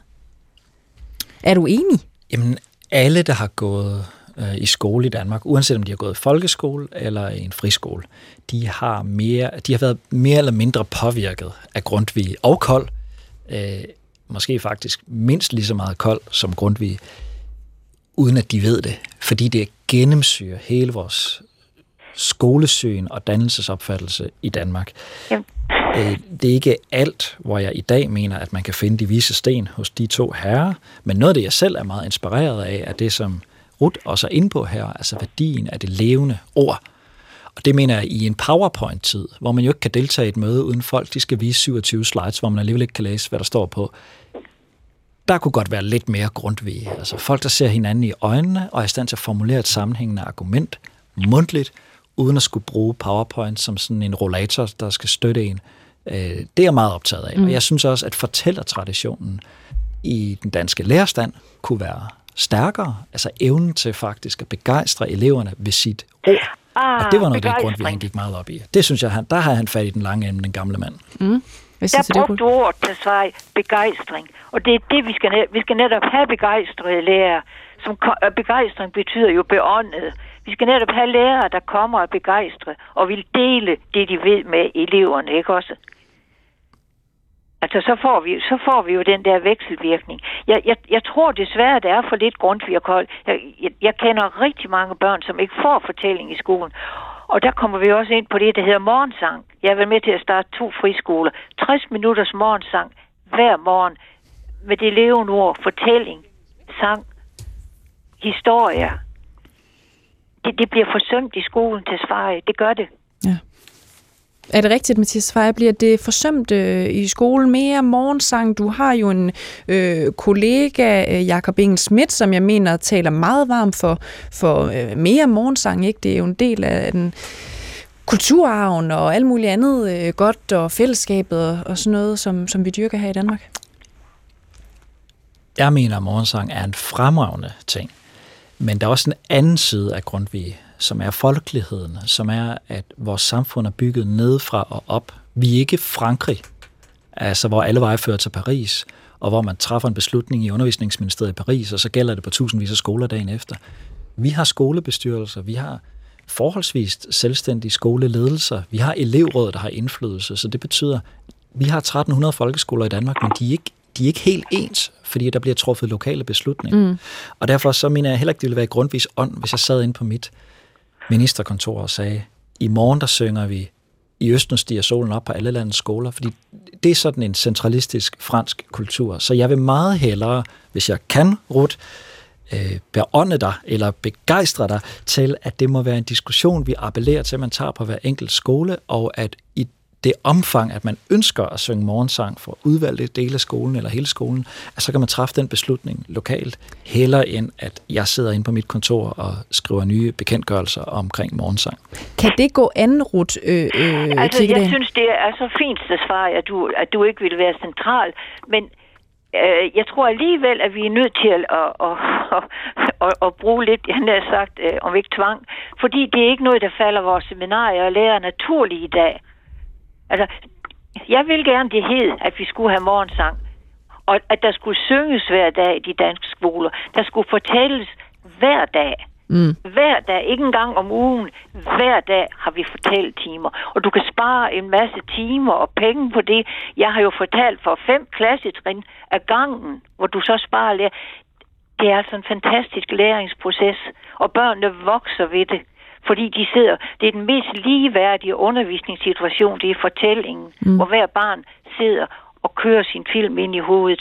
Er du enig? Jamen, alle, der har gået øh, i skole i Danmark, uanset om de har gået i folkeskole eller i en friskole, de har, mere, de har været mere eller mindre påvirket af Grundtvig og Kold. Øh, måske faktisk mindst lige så meget Kold som Grundtvig, uden at de ved det. Fordi det gennemsyrer hele vores skolesyn og dannelsesopfattelse i Danmark. Jamen. Det er ikke alt, hvor jeg i dag mener, at man kan finde de vise sten hos de to herrer, men noget af det, jeg selv er meget inspireret af, er det, som Ruth også er inde på her, altså værdien af det levende ord. Og det mener jeg i en PowerPoint-tid, hvor man jo ikke kan deltage i et møde, uden folk de skal vise syvogtyve slides, hvor man alligevel ikke kan læse, hvad der står på. Der kunne godt være lidt mere Grundtvig. Altså folk, der ser hinanden i øjnene og er i stand til at formulere et sammenhængende argument mundtligt, uden at skulle bruge PowerPoint som sådan en rollator, der skal støtte en. Det er jeg meget optaget af. Mm. Og jeg synes også, at fortællertraditionen i den danske lærerstand kunne være stærkere. Altså evnen til faktisk at begejstre eleverne ved sit ord. Ah, og det var noget, det Grundtvig han gik meget op i. Det synes jeg, han, der har han fat i den lange ende, den gamle mand. Mm. Der brugte du ord til sig begejstring. Og det er det, vi skal, vi skal netop have begejstrede lærere. Som, begejstring betyder jo beåndet. Vi skal netop have lærere, der kommer og begejstre, og vil dele det, de ved med eleverne, ikke også? Altså, så får vi, så får vi jo den der vekselvirkning. Jeg, jeg, jeg tror desværre, det er for lidt Grundtvig og Kold. Jeg, jeg, jeg kender rigtig mange børn, som ikke får fortælling i skolen. Og der kommer vi også ind på det, der hedder morgensang. Jeg har været med til at starte to friskoler. tres minutters morgensang hver morgen med det levende ord, fortælling, sang, historier. Det, det bliver forsømt i skolen til Tesfaye. Det gør det. Ja. Er det rigtigt, Mathias Tesfaye? Bliver det forsømt øh, i skolen? Mere morgensang? Du har jo en øh, kollega, øh, Jakob Engel Schmidt, som jeg mener taler meget varmt for, for øh, mere morgensang. Ikke? Det er jo en del af den kulturarven og alt muligt andet øh, godt, og fællesskabet og, og sådan noget, som, som vi dyrker her i Danmark. Jeg mener, at morgensang er en fremragende ting. Men der er også en anden side af Grundtvig, som er folkeligheden, som er, at vores samfund er bygget nedefra og op. Vi er ikke Frankrig, altså hvor alle veje fører til Paris, og hvor man træffer en beslutning i undervisningsministeriet i Paris, og så gælder det på tusindvis af skoler dagen efter. Vi har skolebestyrelser, vi har forholdsvis selvstændige skoleledelser, vi har elevråd, der har indflydelse, så det betyder, at vi har tretten hundrede folkeskoler i Danmark, men de er ikke De er ikke helt ens, fordi der bliver truffet lokale beslutninger. Mm. Og derfor så mener jeg heller ikke, det ville være i Grundtvigs ånd, hvis jeg sad inde på mit ministerkontor og sagde, i morgen der synger vi I Østen stiger solen op på alle landets skoler, fordi det er sådan en centralistisk fransk kultur. Så jeg vil meget hellere, hvis jeg kan, Ruth, øh, beånde dig eller begejstre dig til, at det må være en diskussion, vi appellerer til, at man tager på hver enkelt skole, og at i det omfang, at man ønsker at synge morgensang for udvalgte dele af skolen eller hele skolen, at så kan man træffe den beslutning lokalt, hellere end at jeg sidder inde på mit kontor og skriver nye bekendtgørelser omkring morgensang. Kan det gå anden, Ruth? Øh, øh, altså, jeg synes, det er så fint, Tesfaye, at du, at du ikke vil være central, men øh, jeg tror alligevel, at vi er nødt til at, at, at, at, at, at bruge lidt, jeg har sagt, øh, om ikke tvang, fordi det er ikke noget, der falder vores seminarier og lærer naturligt i dag. Altså, jeg vil gerne det hed, at vi skulle have morgensang, og at der skulle synges hver dag i de danske skoler. Der skulle fortælles hver dag. Mm. Hver dag, ikke engang om ugen. Hver dag har vi fortælletimer. Og du kan spare en masse timer og penge på det. Jeg har jo fortalt for fem klassetrin af gangen, hvor du så sparer lærer. Det er altså en fantastisk læringsproces, og børnene vokser ved det. Fordi de sidder, det er den mest ligeværdige undervisningssituation, det er fortællingen, mm. hvor hver barn sidder og kører sin film ind i hovedet.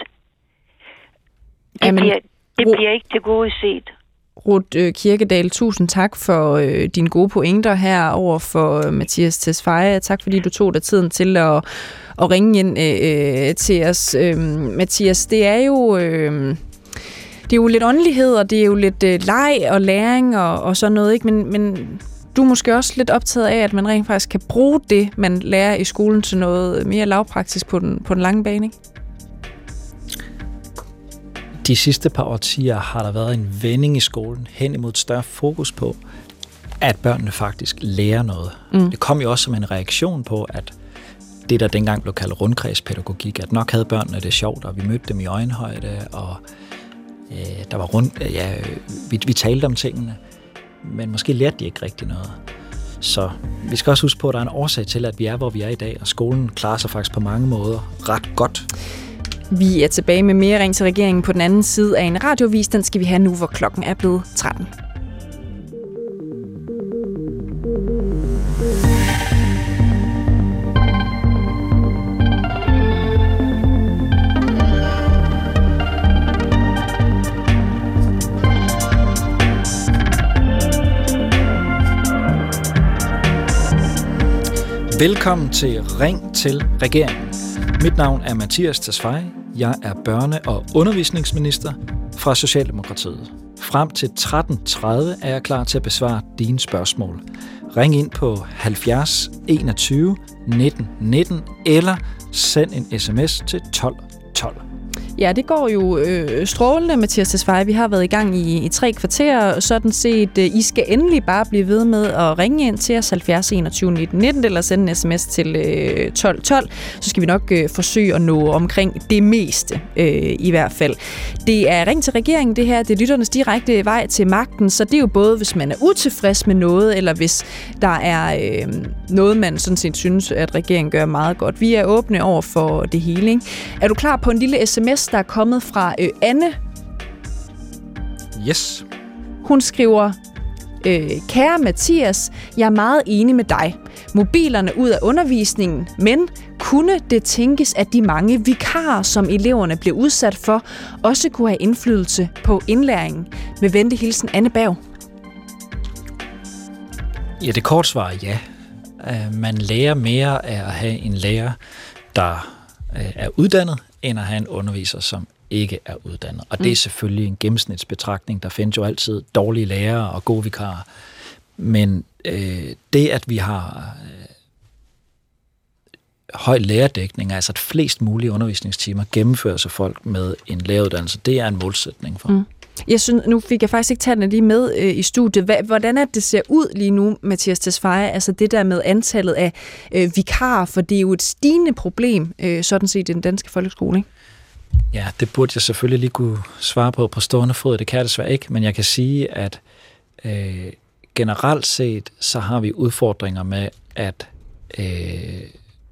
Det, Jamen, bliver, det Ru- bliver ikke tilgodeset. Ruth Kirkedal, tusind tak for øh, dine gode pointer her over for øh, Mathias Tesfaye. Tak fordi du tog dig tiden til at, at ringe ind øh, til os. Øh, Mathias, det er jo... Øh, Det er jo lidt åndelighed, og det er jo lidt øh, leg og læring og, og sådan noget, ikke? Men, men du er måske også lidt optaget af, at man rent faktisk kan bruge det, man lærer i skolen til noget mere lavpraktisk på den, på den lange bane, ikke? de sidste par årtier har der været en vending i skolen hen imod et større fokus på, at børnene faktisk lærer noget. Mm. Det kom jo også som en reaktion på, at det, der dengang blev kaldt rundkredspædagogik, at nok havde børnene det sjovt, og vi mødte dem i øjenhøjde, og øh, der var rundt, ja, vi, vi talte om tingene, men måske lærte de ikke rigtig noget. Så vi skal også huske på, at der er en årsag til, at vi er, hvor vi er i dag, og skolen klarer sig faktisk på mange måder ret godt. Vi er tilbage med mere Ring til regeringen på den anden side af en radiovis. Den skal vi have nu, hvor klokken er blevet tretten. Velkommen til Ring til regeringen. Mit navn er Mathias Tesfaye. Jeg er børne- og undervisningsminister fra Socialdemokratiet. Frem til tretten tredive er jeg klar til at besvare dine spørgsmål. Ring ind på halvfjerds enogtyve nitten nitten eller send en sms til tolv tolv. Ja, det går jo øh, strålende, Mathias Tesfaye. Vi har været i gang i, i tre kvarterer, sådan set. Øh, I skal endelig bare blive ved med at ringe ind til os halvfjerds enogtyve nitten nitten eller sende en sms til øh, tolv tolv. Så skal vi nok øh, forsøge at nå omkring det meste, øh, i hvert fald. Det er Ring til regeringen, det her. Det er lytternes direkte vej til magten, så det er jo både, hvis man er utilfreds med noget, eller hvis der er øh, noget, man sådan set synes, at regeringen gør meget godt. Vi er åbne over for det hele, ikke? Er du klar på en lille sms, der er kommet fra øh, Anne? Yes. Hun skriver, øh, kære Mathias, jeg er meget enig med dig. Mobilerne ud af undervisningen, men kunne det tænkes, at de mange vikarer, som eleverne bliver udsat for, også kunne have indflydelse på indlæringen? Med venlig hilsen, Anne Berg. Ja, det korte svar er ja. Uh, man lærer mere af at have en lærer, der uh, er uddannet, end at have en underviser, som ikke er uddannet. Og det er selvfølgelig en gennemsnitsbetragtning. Der findes jo altid dårlige lærere og gode vikarer. Men øh, det, at vi har øh, høj lærerdækning, altså at flest mulige undervisningstimer gennemføres af folk med en læreruddannelse, det er en målsætning for. Mm. Jeg synes, nu fik jeg faktisk ikke tallene lige med øh, i studiet. Hva, hvordan er det ser ud lige nu, Mathias Tesfaye? Altså det der med antallet af øh, vikarer, for det er jo et stigende problem, øh, sådan set i den danske folkeskole, ikke? Ja, det burde jeg selvfølgelig lige kunne svare på på stående fod. Det kan jeg desværre ikke, men jeg kan sige, at øh, generelt set, så har vi udfordringer med, at øh,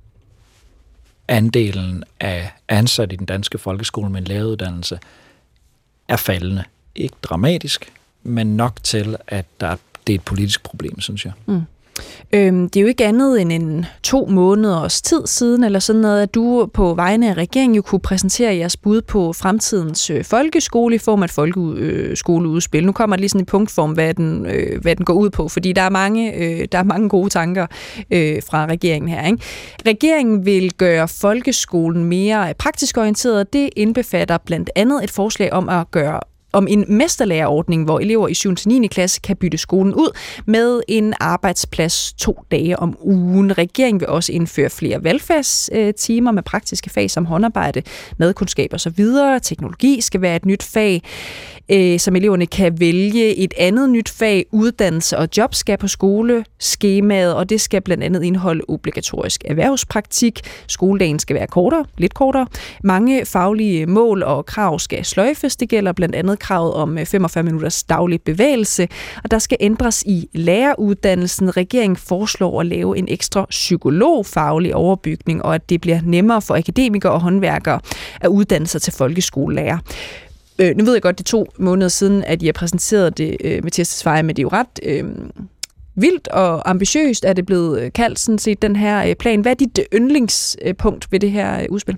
andelen af ansatte i den danske folkeskole med en læreruddannelse er faldende. Ikke dramatisk, men nok til, at der, det er et politisk problem, synes jeg. Mm. Øhm, det er jo ikke andet end en to måneders tid siden, eller sådan noget, at du på vegne af regeringen jo kunne præsentere jeres bud på fremtidens øh, folkeskole i form af et folkeskoleudspil. Nu kommer det lige sådan i punktform, hvad den, øh, hvad den går ud på, fordi der er mange, øh, der er mange gode tanker øh, fra regeringen her, ikke? Regeringen vil gøre folkeskolen mere praktisk orienteret. Det indbefatter blandt andet et forslag om at gøre om en mesterlærerordning, hvor elever i syvende til niende klasse kan bytte skolen ud med en arbejdsplads to dage om ugen. Regeringen vil også indføre flere valgfagstimer med praktiske fag som håndarbejde, madkundskab og så videre. Teknologi skal være et nyt fag, som eleverne kan vælge. Et andet nyt fag, uddannelse og job, skal på skoleskemaet, og det skal blandt andet indeholde obligatorisk erhvervspraktik. Skoledagen skal være kortere, lidt kortere. Mange faglige mål og krav skal sløjfes. Det gælder blandt andet kravet om femogfyrre minutters daglig bevægelse, og der skal ændres i læreruddannelsen. Regeringen foreslår at lave en ekstra psykologfaglig overbygning, og at det bliver nemmere for akademikere og håndværkere at uddanne sig til folkeskolelærer. Øh, nu ved jeg godt, det er to måneder siden, at I har præsenteret det, øh, Mathias Tesfaye, men det er jo ret øh, vildt og ambitiøst, at det er blevet kaldt sådan set, den her øh, plan. Hvad er dit yndlingspunkt ved det her øh, udspil?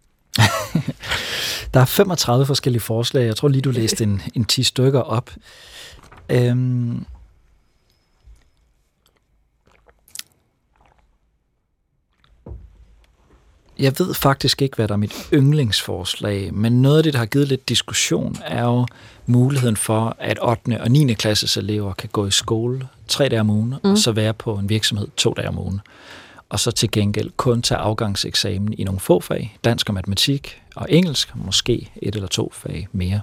Der er femogtredive forskellige forslag. Jeg tror lige, du læste en, en ti stykker op. Øhm Jeg ved faktisk ikke, hvad der er mit yndlingsforslag, men noget af det, der har givet lidt diskussion, er jo muligheden for, at ottende og niende klasses elever kan gå i skole tre dage om ugen, mm. og så være på en virksomhed to dage om ugen. og så til gengæld kun tage afgangseksamen i nogle få fag, dansk og matematik og engelsk, måske et eller to fag mere.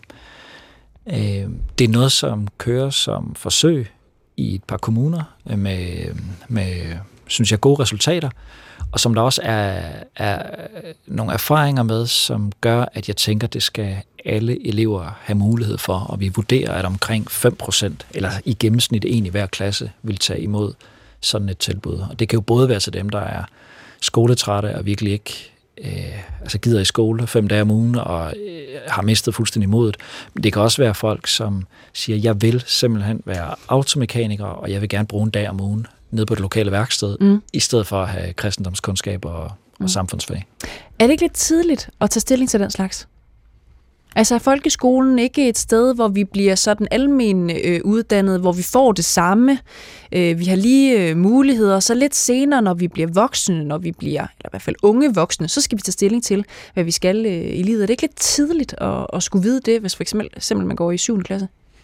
Det er noget, som kører som forsøg i et par kommuner med, med synes jeg, gode resultater, og som der også er, er nogle erfaringer med, som gør, at jeg tænker, det skal alle elever have mulighed for, og vi vurderer, at omkring fem procent, eller i gennemsnit en i hver klasse, vil tage imod sådan et tilbud. Og det kan jo både være til dem, der er skoletrætte og virkelig ikke øh, altså gider i skole fem dage om ugen og øh, har mistet fuldstændig modet. Men det kan også være folk, som siger, jeg vil simpelthen være automekaniker, og jeg vil gerne bruge en dag om ugen nede på det lokale værksted, mm. i stedet for at have kristendomskundskab og, og mm. samfundsfag. Er det ikke lidt tidligt at tage stilling til den slags? Altså er folkeskolen ikke et sted, hvor vi bliver sådan almen øh, uddannet, hvor vi får det samme, øh, vi har lige øh, muligheder, så lidt senere, når vi bliver voksne, når vi bliver, eller i hvert fald unge voksne, så skal vi tage stilling til, hvad vi skal øh, i livet. Er det ikke lidt tidligt at, at skulle vide det, hvis for eksempel, eksempel man går i syvende klasse?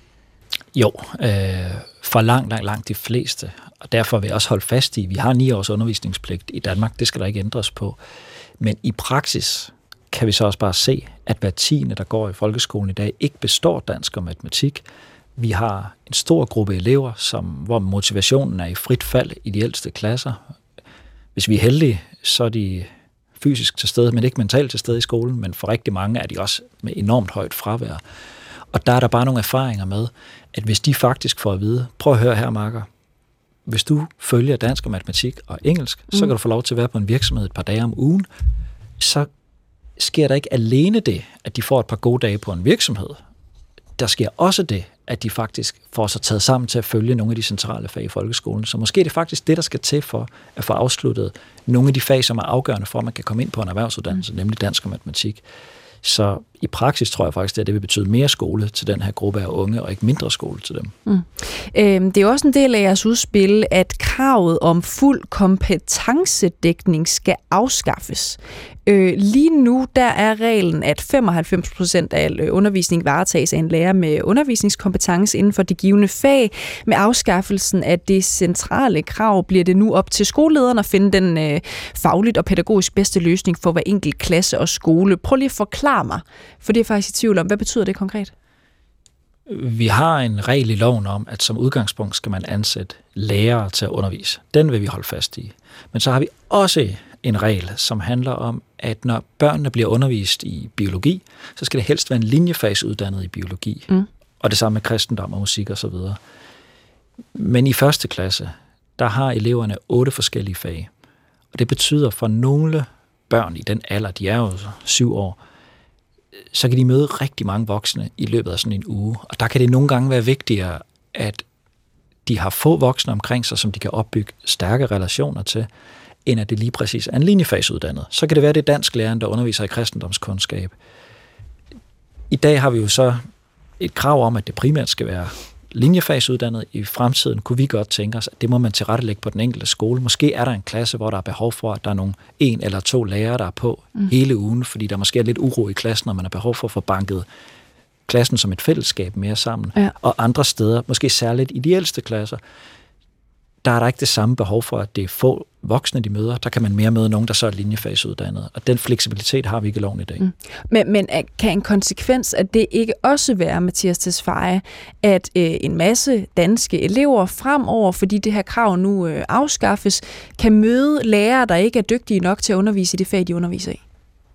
Jo, øh, for langt, langt, langt de fleste, og derfor vil jeg også holde fast i, vi har ni års undervisningspligt i Danmark, det skal der ikke ændres på, men i praksis kan vi så også bare se, at hver tiende, der går i folkeskolen i dag, ikke består dansk og matematik. Vi har en stor gruppe elever, som, hvor motivationen er i frit fald i de ældste klasser. Hvis vi er heldige, så er de fysisk til stede, men ikke mentalt til stede i skolen, men for rigtig mange er de også med enormt højt fravær. Og der er der bare nogle erfaringer med, at hvis de faktisk får at vide, prøv at høre her, Marker, hvis du følger dansk og matematik og engelsk, mm. så kan du få lov til at være på en virksomhed et par dage om ugen, så sker der ikke alene det, at de får et par gode dage på en virksomhed. Der sker også det, at de faktisk får sig taget sammen til at følge nogle af de centrale fag i folkeskolen. Så måske er det faktisk det, der skal til for at få afsluttet nogle af de fag, som er afgørende for, at man kan komme ind på en erhvervsuddannelse, mm. nemlig dansk og matematik. Så i praksis tror jeg faktisk, at det vil betyde mere skole til den her gruppe af unge, og ikke mindre skole til dem. Mm. Øhm, det er også en del af jeres udspil, at kravet om fuld kompetencedækning skal afskaffes. Øh, lige nu der er reglen, at femoghalvfems procent af al undervisning varetages af en lærer med undervisningskompetence inden for det givne fag. Med afskaffelsen af det centrale krav bliver det nu op til skolelederen at finde den øh, fagligt og pædagogisk bedste løsning for hver enkelt klasse og skole. Prøv lige at forklare mig, for det er faktisk i tvivl om, hvad betyder det konkret? Vi har en regel i loven om, at som udgangspunkt skal man ansætte lærere til at undervise. Den vil vi holde fast i. Men så har vi også en regel, som handler om, at når børnene bliver undervist i biologi, så skal det helst være en linjefagsuddannet i biologi. Mm. Og det samme med kristendom og musik og så videre. Men i første klasse, der har eleverne otte forskellige fag. Og det betyder for nogle børn i den alder, de er jo syv år, så kan de møde rigtig mange voksne i løbet af sådan en uge. Og der kan det nogle gange være vigtigere, at de har få voksne omkring sig, som de kan opbygge stærke relationer til, end at det lige præcis er en linjefagsuddannet. Så kan det være, det er dansklæreren, der underviser i kristendomskundskab. I dag har vi jo så et krav om, at det primært skal være linjefagsuddannet. I fremtiden kunne vi godt tænke os, at det må man tilrettelægge på den enkelte skole. Måske er der en klasse, hvor der er behov for, at der er nogle en eller to lærere, der er på mm. hele ugen, fordi der måske er lidt uro i klassen, og man har behov for at få banket klassen som et fællesskab mere sammen. Ja. Og andre steder, måske særligt i de ældste klasser, der er der ikke det samme behov for, at det er få voksne, de møder. Der kan man mere møde nogen, der så er linjefagsuddannet. Og den fleksibilitet har vi ikke i loven i dag. Mm. Men, men kan en konsekvens af det ikke også være, Mathias Tesfaye, at øh, en masse danske elever fremover, fordi det her krav nu øh, afskaffes, kan møde lærere, der ikke er dygtige nok til at undervise i det fag, de underviser i?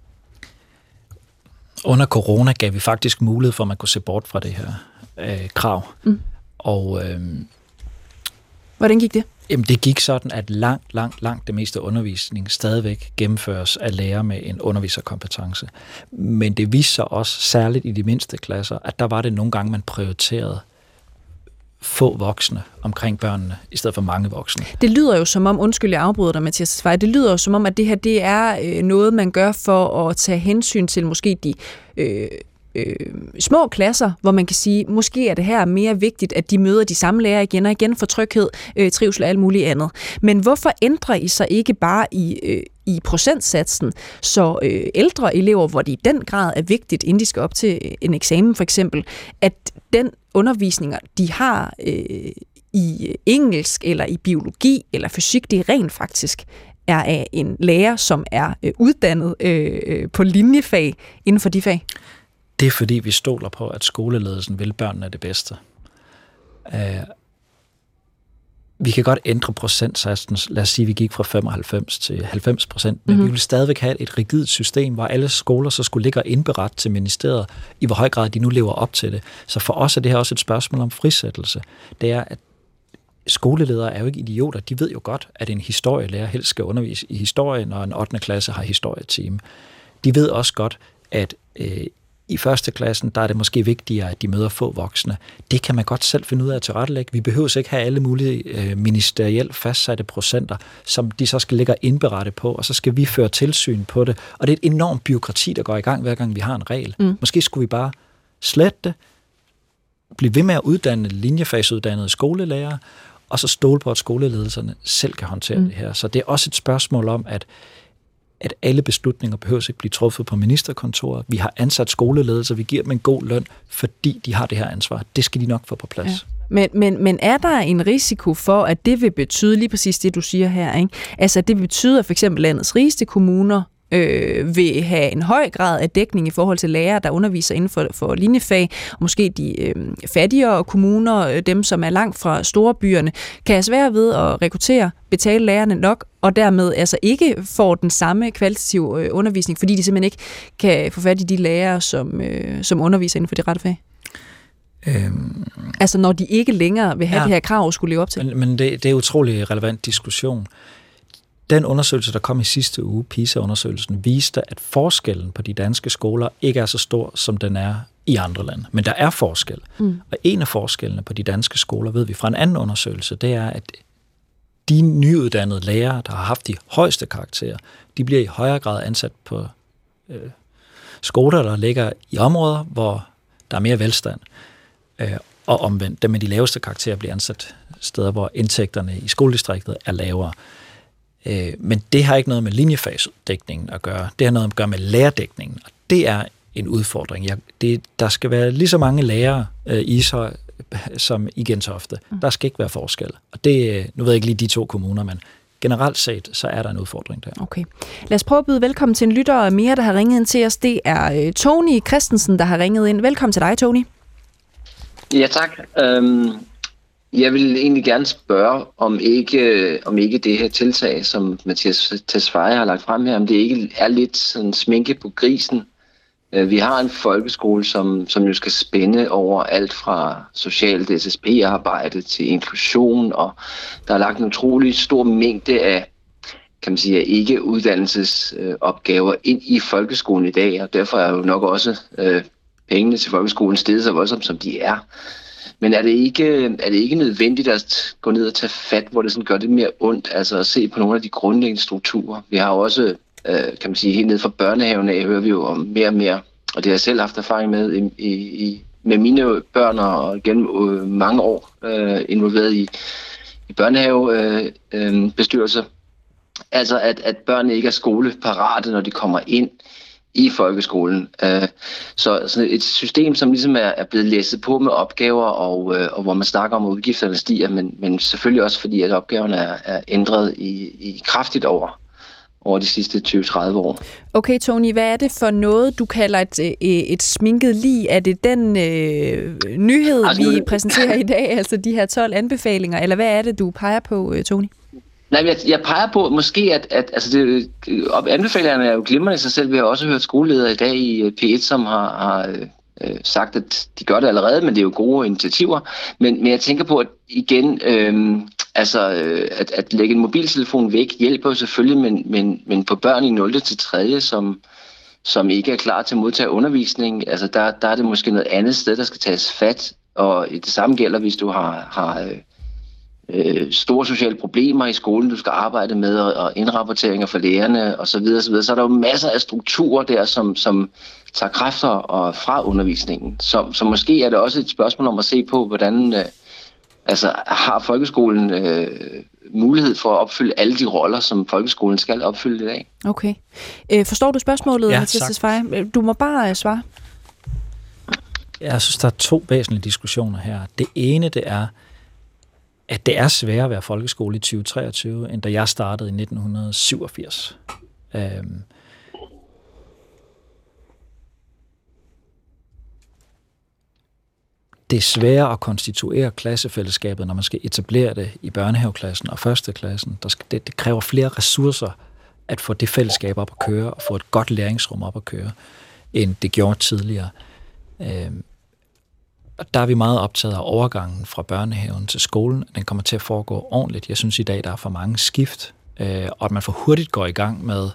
Under corona gav vi faktisk mulighed for, at man kunne se bort fra det her øh, krav. Mm. Og øh, hvordan gik det? Jamen, det gik sådan, at langt, langt, langt det meste undervisning stadigvæk gennemføres af lærere med en underviserkompetence. Men det viste sig også, særligt i de mindste klasser, at der var det nogle gange, man prioriterede få voksne omkring børnene, i stedet for mange voksne. Det lyder jo som om, undskyld, jeg afbryder dig, Mathias Tesfaye, det lyder jo som om, at det her det er øh, noget, man gør for at tage hensyn til måske de øh, øh, små klasser, hvor man kan sige, måske er det her mere vigtigt, at de møder de samme lærere igen og igen for tryghed, øh, trivsel og alt muligt andet. Men hvorfor ændrer I så ikke bare i, øh, i procentsatsen, så øh, ældre elever, hvor det i den grad er vigtigt, inden de skal op til en eksamen for eksempel, at den undervisninger, de har øh, i engelsk eller i biologi eller fysik, det rent faktisk er af en lærer, som er øh, uddannet øh, på linjefag inden for de fag? Det er fordi, vi stoler på, at skoleledelsen vil børnene det bedste. Uh, vi kan godt ændre procentsatsen. Lad os sige, at vi gik fra femoghalvfems til halvfems procent, men mm-hmm. vi vil stadigvæk have et rigidt system, hvor alle skoler så skulle ligge og indberette til ministeriet, i hvor høj grad de nu lever op til det. Så for os er det her også et spørgsmål om frisættelse. Det er, at skoleledere er jo ikke idioter. De ved jo godt, at en historielærer helst skal undervise i historie, når en ottende klasse har historietime. De ved også godt, at øh, i første klassen, der er det måske vigtigere, at de møder få voksne. Det kan man godt selv finde ud af at tilrettelægge. Vi behøver ikke have alle mulige øh, ministerielt fastsatte procenter, som de så skal ligge og indberette på, og så skal vi føre tilsyn på det. Og det er et enormt byråkrati, der går i gang, hver gang vi har en regel. Mm. Måske skulle vi bare slette det, blive ved med at uddanne linjefagsuddannede skolelærere, og så stole på, at skoleledelserne selv kan håndtere mm. det her. Så det er også et spørgsmål om, at at alle beslutninger behøver ikke blive truffet på ministerkontoret. Vi har ansat skoleledelser, vi giver dem en god løn, fordi de har det her ansvar. Det skal de nok få på plads. Ja. Men, men, men er der en risiko for, at det vil betyde lige præcis det, du siger her, ikke? Altså, at det vil betyde, at for eksempel landets rigeste kommuner øh, vil have en høj grad af dækning i forhold til lærere, der underviser inden for, for linjefag, og måske de øh, fattigere kommuner, dem som er langt fra store byerne, kan have svært ved at rekruttere, betale lærerne nok, og dermed altså ikke får den samme kvalitative øh, undervisning, fordi de simpelthen ikke kan få fat i de lærere, som, øh, som underviser inden for det rette fag? Øhm, altså når de ikke længere vil have ja, det her krav, skulle leve op til. Men, men det, det er en utrolig relevant diskussion. Den undersøgelse, der kom i sidste uge, PISA-undersøgelsen, viste, at forskellen på de danske skoler ikke er så stor, som den er i andre lande. Men der er forskel. Mm. Og en af forskellene på de danske skoler, ved vi fra en anden undersøgelse, det er, at de nyuddannede lærere, der har haft de højeste karakterer, de bliver i højere grad ansat på øh, skoler, der ligger i områder, hvor der er mere velstand. Øh, og omvendt, dem med de laveste karakterer bliver ansat steder, hvor indtægterne i skoledistriktet er lavere. Øh, men det har ikke noget med linjefagsdækningen at gøre. Det har noget at gøre med lærerdækningen, og det er en udfordring. Jeg, det, der skal være lige så mange lærere øh, i Ishøj som i Gentofte. Der skal ikke være forskel. Og det, nu ved jeg ikke lige de to kommuner, men generelt set, så er der en udfordring der. Okay. Lad os prøve at byde velkommen til en lytter mere, der har ringet ind til os. Det er Tony Christensen, der har ringet ind. Velkommen til dig, Tony. Ja, tak. Um, jeg vil egentlig gerne spørge, om ikke, om ikke det her tiltag, som Mathias Tesfaye har lagt frem her, om det ikke er lidt sådan sminke på grisen. Vi har en folkeskole, som, som jo skal spænde over alt fra socialt S S P-arbejde til inklusion, og der er lagt en utrolig stor mængde af, kan man sige, ikke uddannelsesopgaver ind i folkeskolen i dag, og derfor er jo nok også øh, pengene til folkeskolen steget så voldsomt, som de er. Men er det ikke, er det ikke nødvendigt at gå ned og tage fat, hvor det sådan gør det mere ondt, altså at se på nogle af de grundlæggende strukturer? Vi har jo også, øh, kan man sige, helt ned fra børnehaven af, hører vi jo om mere og mere, og det har jeg selv haft erfaring med i, i, med mine børn og gennem øh, mange år øh, involveret i, i børnehavebestyrelser. Øh, øh, altså at, at børnene ikke er skoleparate, når de kommer ind i folkeskolen. Øh, så, så et system, som ligesom er, er blevet læsset på med opgaver, og, øh, og hvor man snakker om, at udgifterne stiger, men, men selvfølgelig også fordi, at opgaverne er, er ændret i, i kraftigt over over de sidste tyve til tredive år. Okay, Tony, hvad er det for noget, du kalder et, et sminket lig? Er det den øh, nyhed, altså, vi præsenterer i dag, altså de her tolv anbefalinger, eller hvad er det, du peger på, Tony? Nej, jeg, jeg peger på måske, at, at altså det, anbefalingerne er jo glimrende i sig selv. Vi har også hørt skoleledere i dag i P et, som har, har øh, sagt, at de gør det allerede, men det er jo gode initiativer. Men, men jeg tænker på, at igen, øh, altså at, at lægge en mobiltelefon væk hjælper jo selvfølgelig, men, men, men på børn i nul til tredje, som, som ikke er klar til at modtage undervisning, altså der, der er det måske noget andet sted, der skal tages fat. Og det samme gælder, hvis du har... har Øh, store sociale problemer i skolen, du skal arbejde med, og, og indrapporteringer for lærerne osv. osv. Så er der jo masser af strukturer der, som, som tager kræfter og fra undervisningen. Så, så måske er det også et spørgsmål om at se på, hvordan øh, altså, har folkeskolen øh, mulighed for at opfylde alle de roller, som folkeskolen skal opfylde i dag. Okay. Øh, forstår du spørgsmålet, ja, Mathias Tesfaye? Du må bare øh, svare. Jeg synes, der er to væsentlige diskussioner her. Det ene, det er, at det er sværere at være folkeskole i tyve treogtyve, end da jeg startede i nitten syvogfirs. Øhm, det er sværere at konstituere klassefællesskabet, når man skal etablere det i børnehaveklassen og førsteklassen. Der skal, det, det kræver flere ressourcer at få det fællesskab op at køre, og få et godt læringsrum op at køre, end det gjorde tidligere. Øhm, og der er vi meget optaget af overgangen fra børnehaven til skolen. Den kommer til at foregå ordentligt. Jeg synes i dag, der er for mange skift, øh, og at man for hurtigt går i gang med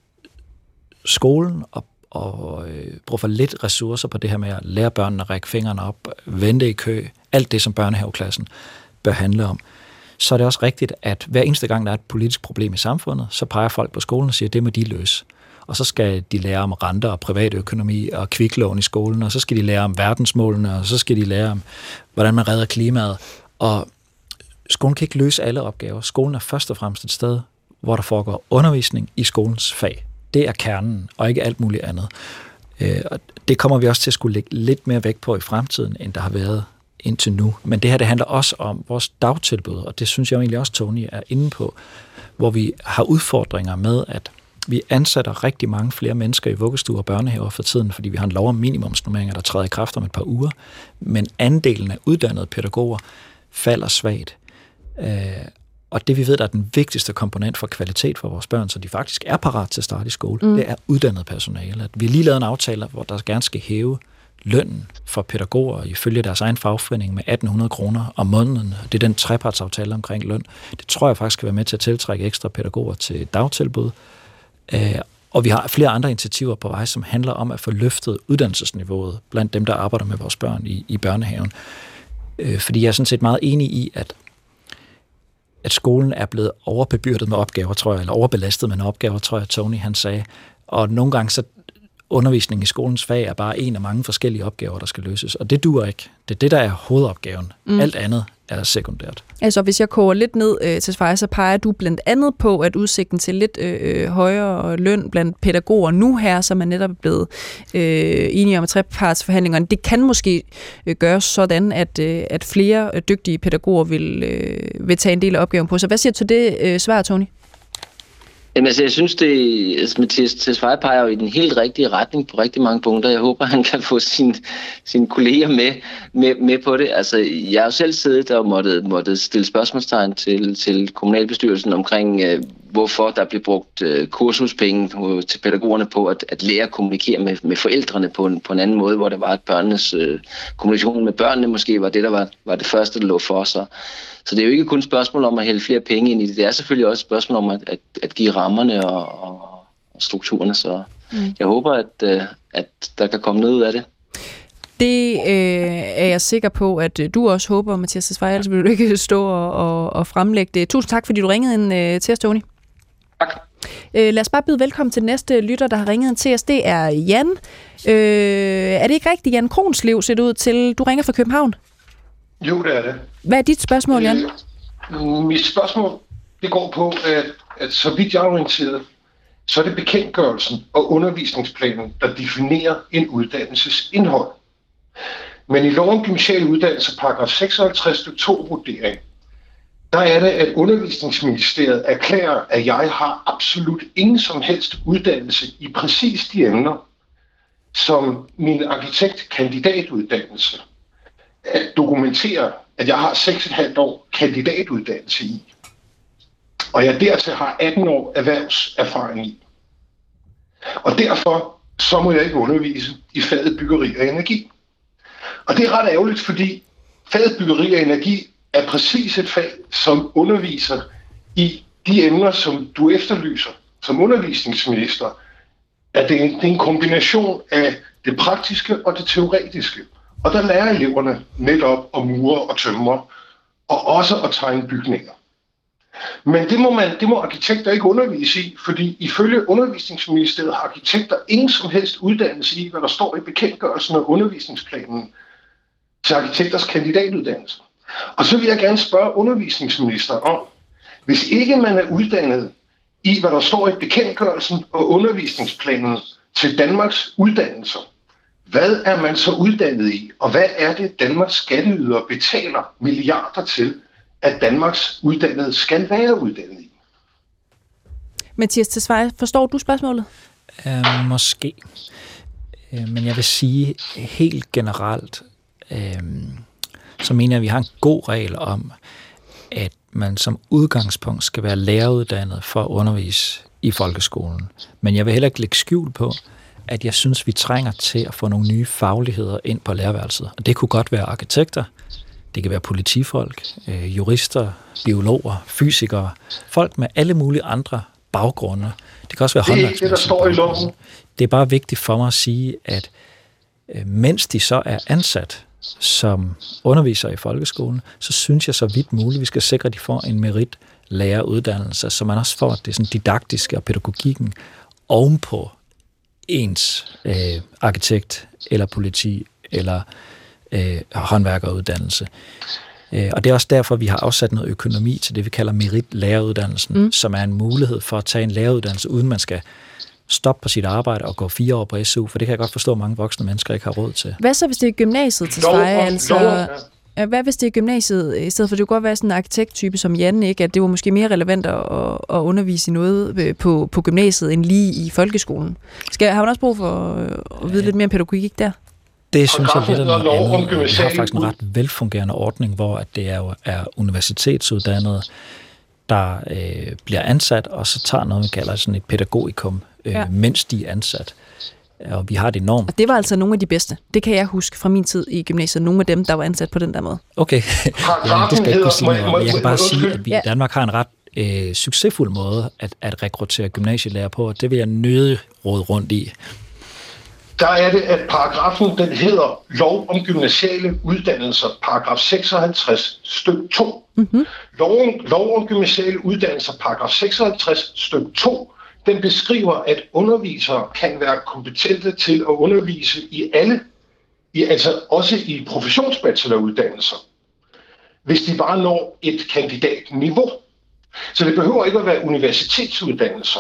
skolen og og øh, bruger for lidt ressourcer på det her med at lære børnene at række fingrene op, vente i kø, alt det, som børnehaveklassen bør handle om. Så er det også rigtigt, at hver eneste gang, der er et politisk problem i samfundet, så peger folk på skolen og siger, at det må de løse. Og så skal de lære om renter og privatøkonomi og kviklån i skolen, og så skal de lære om verdensmålene, og så skal de lære om, hvordan man redder klimaet. Og skolen kan ikke løse alle opgaver. Skolen er først og fremmest et sted, hvor der foregår undervisning i skolens fag. Det er kernen, og ikke alt muligt andet. Og det kommer vi også til at skulle lægge lidt mere vægt på i fremtiden, end der har været indtil nu. Men det her, det handler også om vores dagtilbud, og det synes jeg egentlig også, Tony er inde på, hvor vi har udfordringer med, at vi ansætter rigtig mange flere mennesker i vuggestuer og børnehaver for tiden, fordi vi har en lov om minimumsnormeringer, der træder i kraft om et par uger, men andelen af uddannede pædagoger falder svagt. Og det vi ved, der er den vigtigste komponent for kvalitet for vores børn, så de faktisk er parat til at starte i skole, mm. det er uddannet personale. At vi har lige lavet en aftale, hvor der gerne skal hæve lønnen for pædagoger ifølge deres egen fagforening med atten hundrede kroner om måneden. Det er den trepartsaftale omkring løn. Det tror jeg faktisk kan være med til at tiltrække ekstra pædagoger til dagtilbud. Og vi har flere andre initiativer på vej, som handler om at få løftet uddannelsesniveauet blandt dem, der arbejder med vores børn i, i børnehaven. Fordi jeg er sådan set meget enig i, at at skolen er blevet overbebyrdet med opgaver, tror jeg, eller overbelastet med opgaver, tror jeg, Tony han sagde. Og nogle gange så undervisning i skolens fag er bare en af mange forskellige opgaver, der skal løses. Og det duer ikke. Det er det, der er hovedopgaven. Mm. Alt andet er sekundært. Altså, hvis jeg koger lidt ned øh, til Svej, så peger du blandt andet på, at udsigten til lidt øh, højere løn blandt pædagoger nu her, som er netop blevet øh, enige om trepartsforhandlingerne, det kan måske øh, gøres sådan, at, øh, at flere øh, dygtige pædagoger vil, øh, vil tage en del af opgaven på. Så hvad siger du til det øh, svar, Tony? Jamen altså, jeg synes, det altså, Mathias Tesfaye peger jo i den helt rigtige retning på rigtig mange punkter. Jeg håber, han kan få sine sin kolleger med, med, med på det. Altså, jeg har jo selv siddet og måtte, måtte stille spørgsmålstegn til, til kommunalbestyrelsen omkring, øh, hvorfor der bliver brugt øh, kursuspenge til pædagogerne på at, at lære at kommunikere med, med forældrene på en, på en anden måde, hvor det var, at børnenes øh, kommunikation med børnene måske var det, der var, var det første, der lå for sig. Så det er jo ikke kun et spørgsmål om at hælde flere penge ind i det. Det er selvfølgelig også et spørgsmål om at, at, at give rammerne og, og, og strukturerne. Så mm. jeg håber, at, at der kan komme noget ud af det. Det øh, er jeg sikker på, at du også håber, Mathias Tesfaye, ellers vil du ikke stå og, og, og fremlægge det. Tusind tak, fordi du ringede ind øh, til os, Tony. Tak. Øh, lad os bare byde velkommen til den næste lytter, der har ringet ind til os. Det er Jan. Øh, er det ikke rigtigt, Jan Kronslev ser det ud til? Du ringer fra København. Jo, det er det. Hvad er dit spørgsmål, Jan? Øh, mit spørgsmål, det går på, at, at så vidt jeg er orienteret, så er det bekendtgørelsen og undervisningsplanen, der definerer en uddannelses indhold. Men i lov om gymnasiale uddannelser, paragraf seksoghalvtreds stykke to vurdering, der er det, at Undervisningsministeriet erklærer, at jeg har absolut ingen som helst uddannelse i præcis de emner, som min arkitektkandidatuddannelse at dokumentere, at jeg har seks komma fem år kandidatuddannelse i, og jeg dertil har atten år erhvervserfaring i. Og derfor så må jeg ikke undervise i faget byggeri og energi. Og det er ret ærgerligt, fordi faget byggeri og energi er præcis et fag, som underviser i de emner, som du efterlyser som undervisningsminister. At det er en, det er en kombination af det praktiske og det teoretiske. Og der lærer eleverne netop at mure og tømre, og også at tegne bygninger. Men det må, man, det må arkitekter ikke undervise i, fordi ifølge Undervisningsministeriet har arkitekter ingen som helst uddannelse i, hvad der står i bekendtgørelsen og undervisningsplanen til arkitekters kandidatuddannelse. Og så vil jeg gerne spørge undervisningsministeren om, hvis ikke man er uddannet i, hvad der står i bekendtgørelsen og undervisningsplanen til Danmarks uddannelser, hvad er man så uddannet i, og hvad er det, Danmarks skatteydere betaler milliarder til, at Danmarks uddannede skal være uddannet i. Mathias Tesfaye, forstår du spørgsmålet? Uh, måske. Uh, men jeg vil sige helt generelt, uh, så mener jeg, at vi har en god regel om, at man som udgangspunkt skal være læreruddannet for at undervise i folkeskolen. Men jeg vil heller ikke lægge skjul på, at jeg synes, vi trænger til at få nogle nye fagligheder ind på lærerværelset. Og det kunne godt være arkitekter, det kan være politifolk, øh, jurister, biologer, fysikere, folk med alle mulige andre baggrunde. Det kan også være håndværksmæssige. Det er ikke det, der står i loven. Det er bare vigtigt for mig at sige, at øh, mens de så er ansat som undervisere i folkeskolen, så synes jeg så vidt muligt, vi skal sikre, at de får en merit læreruddannelse, så man også får det sådan didaktiske og pædagogikken ovenpå ens øh, arkitekt eller politi eller øh, håndværkeruddannelse. Øh, og det er også derfor, vi har afsat noget økonomi til det, vi kalder merit læreruddannelsen, mm. som er en mulighed for at tage en læreruddannelse, uden man skal stoppe på sit arbejde og gå fire år på S U, for det kan jeg godt forstå, at mange voksne mennesker ikke har råd til. Hvad så, hvis det er gymnasiet til Sverige? Altså, hvad hvis det er gymnasiet, i stedet for, det kunne godt være sådan en arkitekttype som Jan, ikke? At det var måske mere relevant at, at undervise i noget på, på gymnasiet, end lige i folkeskolen. Skal, har man også brug for at vide lidt mere pædagogik der? Det synes jeg lidt af noget andet. Vi har faktisk en ret velfungerende ordning, hvor at det er, jo, er universitetsuddannede, der øh, bliver ansat, og så tager noget, vi kalder sådan et pædagogikum, øh, ja. mens de er ansat. Og vi har det enormt. Og det var altså nogle af de bedste. Det kan jeg huske fra min tid i gymnasiet. Nogle af dem, der var ansat på den der måde. Okay. Jamen, det skal jeg ikke kunne sige noget om. Jeg kan bare sige, at vi i Danmark har en ret øh, succesfuld måde at, at rekruttere gymnasielærer på, og det vil jeg nødig råde rundt i. Der er det, at paragrafen, den hedder Lov om gymnasiale uddannelser, paragraf seksoghalvtreds, stykke to. Mm-hmm. Lov, lov om gymnasiale uddannelser, paragraf seksoghalvtreds, stykke to, den beskriver, at undervisere kan være kompetente til at undervise i alle, i, altså også i professionsbacheloruddannelser, hvis de bare når et kandidatniveau. Så det behøver ikke at være universitetsuddannelser.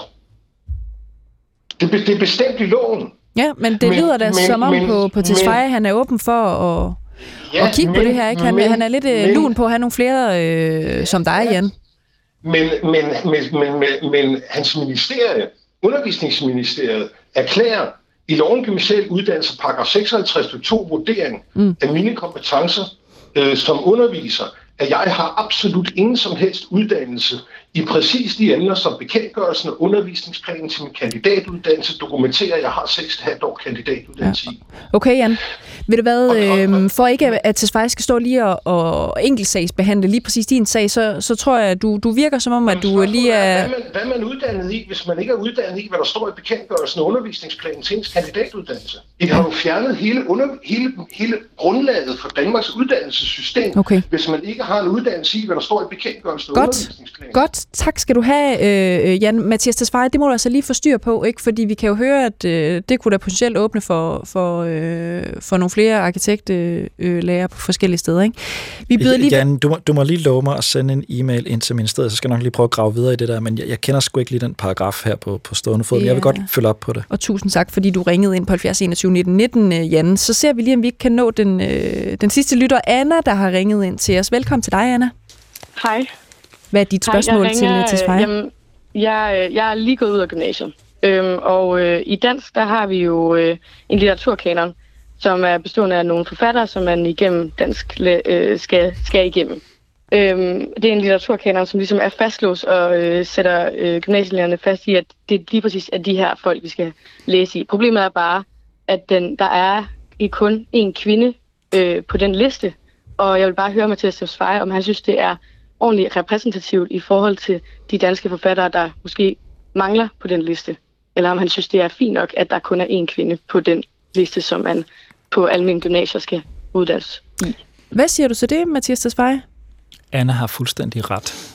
Det, det er bestemt i loven. Ja, men det men, lyder da men, som om men, på, på Tesfaye, han er åben for at, ja, at kigge men, på det her. Ikke? Han, men, han er lidt men, lun på at have nogle flere øh, som dig, Jan. Men, men, men, men, men, men hans ministerie, undervisningsministeriet, erklærer i loven gymnasial uddannelse, paragraf seksoghalvtreds stykke to, vurdering mm. af mine kompetencer øh, som underviser, at jeg har absolut ingen som helst uddannelse i præcis de emner, som bekendtgørelsen og undervisningsplanen til min kandidatuddannelse dokumenterer, at jeg har seks komma fem år kandidatuddannelse i. Okay, Jan. Ved du hvad, øh, for ikke at Tesfaye skal stå lige og, og enkeltsagsbehandle lige præcis din sag, så, så tror jeg, at du, du virker som om, at du lige er... Hvad er, man, hvad er man uddannet i, hvis man ikke er uddannet i, hvad der står i bekendtgørelsen og undervisningsplanen til ens kandidatuddannelse? I har jo fjernet hele, under, hele, hele grundlaget for Danmarks uddannelsessystem, okay. hvis man ikke har en uddannelse i, hvad der står i bekendtgørelsen og undervisningsplanen. Godt, tak skal du have, øh, Jan. Mathias Tesfaye, det må du altså lige få styr på, ikke? Fordi vi kan jo høre, at øh, det kunne da potentielt åbne for, for, øh, for nogle flere arkitektlærer øh, på forskellige steder, ikke? Vi byder lige... Jan, du må, du må lige love mig at sende en e-mail ind til ministeriet, så skal jeg nok lige prøve at grave videre i det der, men jeg, jeg kender sgu ikke lige den paragraf her på, på stående fod, men jeg vil godt følge op på det. Og tusind tak, fordi du ringede ind på halvfjerds enogtyve nitten nitten, Jan. Så ser vi lige, om vi ikke kan nå den, øh, den sidste lytter, Anna, der har ringet ind til os. Velkommen til dig, Anna. Hej. Hvad er dit spørgsmål Hej, ringer, til Tesfaye? Jamen, jeg, jeg er lige gået ud af gymnasiet, øhm, og øh, i dansk, der har vi jo øh, en litteraturkanon, som er bestående af nogle forfattere, som man igennem dansk øh, skal, skal igennem. Øhm, det er en litteraturkanon, som ligesom er fastlåst og øh, sætter øh, gymnasielærerne fast i, at det er lige præcis er de her folk, vi skal læse i. Problemet er bare, at den, der er kun én kvinde øh, på den liste, og jeg vil bare høre Mathias Tesfaye, om han synes, det er ordentligt repræsentativt i forhold til de danske forfattere, der måske mangler på den liste. Eller om han synes, det er fint nok, at der kun er én kvinde på den liste, som man på almindelige gymnasier skal uddannes i. Hvad siger du til det, Mathias Tesfaye? Anna har fuldstændig ret.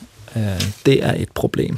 Det er et problem.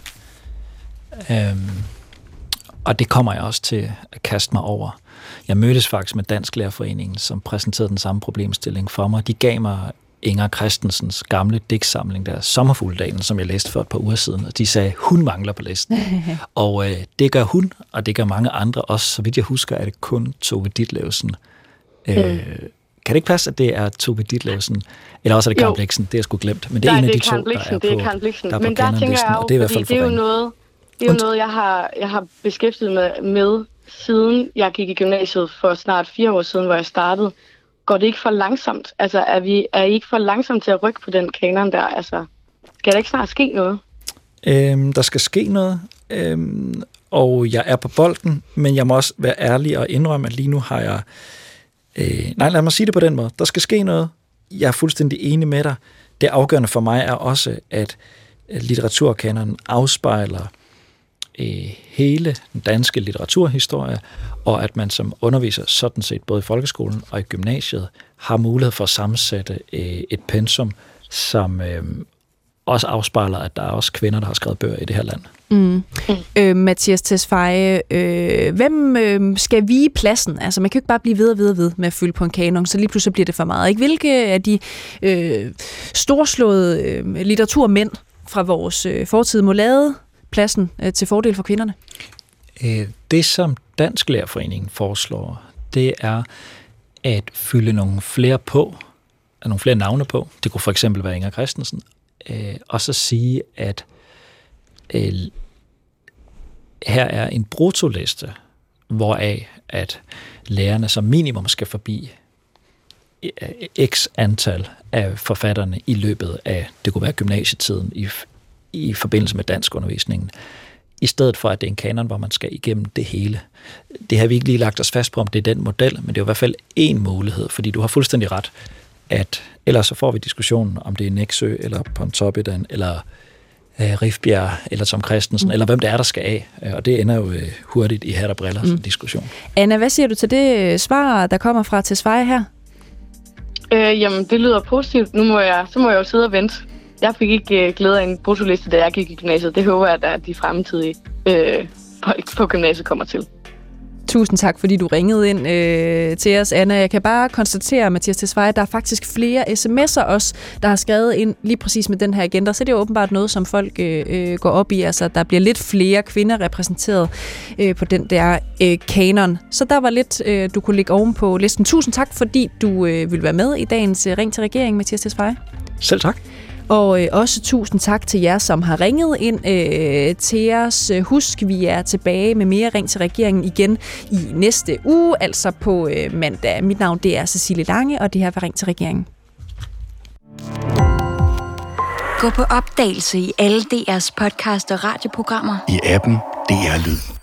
Og det kommer jeg også til at kaste mig over. Jeg mødtes faktisk med Dansk Lærerforeningen, som præsenterede den samme problemstilling for mig. De gav mig Inger Christensens gamle digtsamling, der Sommerfugledalen, som jeg læste for et par uger siden, og de sagde, hun mangler på listen. og øh, det gør hun, og det gør mange andre også. Så vidt jeg husker, er det kun Tove Ditlevsen, øh, kan det ikke passe, at det er Tove Ditlevsen, eller også er det Karen Blixen, det er sgu glemt, men det er Nej, en af det de er to, Blixen, der er det er på, Karen Blixen. der er på men der tænker jeg jo, og det er i hvert fordi fald det er jo noget, det er jo noget jeg, har, jeg har beskæftiget mig med, siden jeg gik i gymnasiet for snart fire år siden, hvor jeg startede. Går det ikke for langsomt? Altså, er vi er I ikke for langsomt til at rykke på den kanon der? Altså, skal der ikke snart ske noget? Øhm, der skal ske noget, øhm, og jeg er på bolden, men jeg må også være ærlig og indrømme, at lige nu har jeg... Øh, nej, lad mig sige det på den måde. Der skal ske noget. Jeg er fuldstændig enig med dig. Det afgørende for mig er også, at litteraturkanonen afspejler øh, hele den danske litteraturhistorie, og at man som underviser sådan set både i folkeskolen og i gymnasiet har mulighed for at sammensætte øh, et pensum, som øh, også afspejler, at der er også kvinder, der har skrevet bøger i det her land. Mm. Øh, Mattias Tesfaye, øh, hvem øh, skal vige pladsen? Altså, man kan jo ikke bare blive ved og ved og ved med at fylde på en kanon, så lige pludselig bliver det for meget. Ikke? Hvilke af de øh, storslåede øh, litteraturmænd fra vores øh, fortid må lade pladsen øh, til fordel for kvinderne? Øh, det, som Dansk Lærerforeningen foreslår, det er at fylde nogle flere på, nogle flere navne på. Det kunne for eksempel være Inger Christensen. Øh, og så sige, at øh, her er en bruttoliste, hvoraf at lærerne som minimum skal forbi x antal af forfatterne i løbet af, det kunne være gymnasietiden, i, i forbindelse med danskundervisningen, i stedet for, at det er en kanon, hvor man skal igennem det hele. Det har vi ikke lige lagt os fast på, om det er den model, men det er i hvert fald en mulighed, fordi du har fuldstændig ret, at ellers så får vi diskussionen, om det er Nexø, eller Pontoppidan, eller øh, Rifbjerg, eller Tom Christensen, mm. eller hvem det er, der skal af. Og det ender jo øh, hurtigt i hat og briller, mm. diskussion. Anna, hvad siger du til det svar, der kommer fra Tesfaye her? Øh, jamen, det lyder positivt. Nu må jeg, så må jeg jo sidde og vente. Jeg fik ikke øh, glæde af en bruttoliste, da jeg gik i gymnasiet. Det håber jeg, at de fremtidige øh, folk på gymnasiet kommer til. Tusind tak, fordi du ringede ind øh, til os, Anna. Jeg kan bare konstatere, Mattias Tesfaye, at der er faktisk flere sms'er også, der har skrevet ind lige præcis med den her agenda. Så det er åbenbart noget, som folk øh, går op i. Altså, der bliver lidt flere kvinder repræsenteret øh, på den der øh, kanon. Så der var lidt, øh, du kunne lægge oven på listen. Tusind tak, fordi du øh, ville være med i dagens øh, Ring til Regeringen, Mattias Tesfaye. Selv tak. Og øh, også tusind tak til jer, som har ringet ind øh, til os. Husk, vi er tilbage med mere Ring til Regeringen igen i næste uge, altså på øh, mandag. Mit navn det er Cecilie Lange, og det her var Ring til Regeringen. Gå på opdagelse i alle D R's podcast og radioprogrammer. I appen D R Lyd.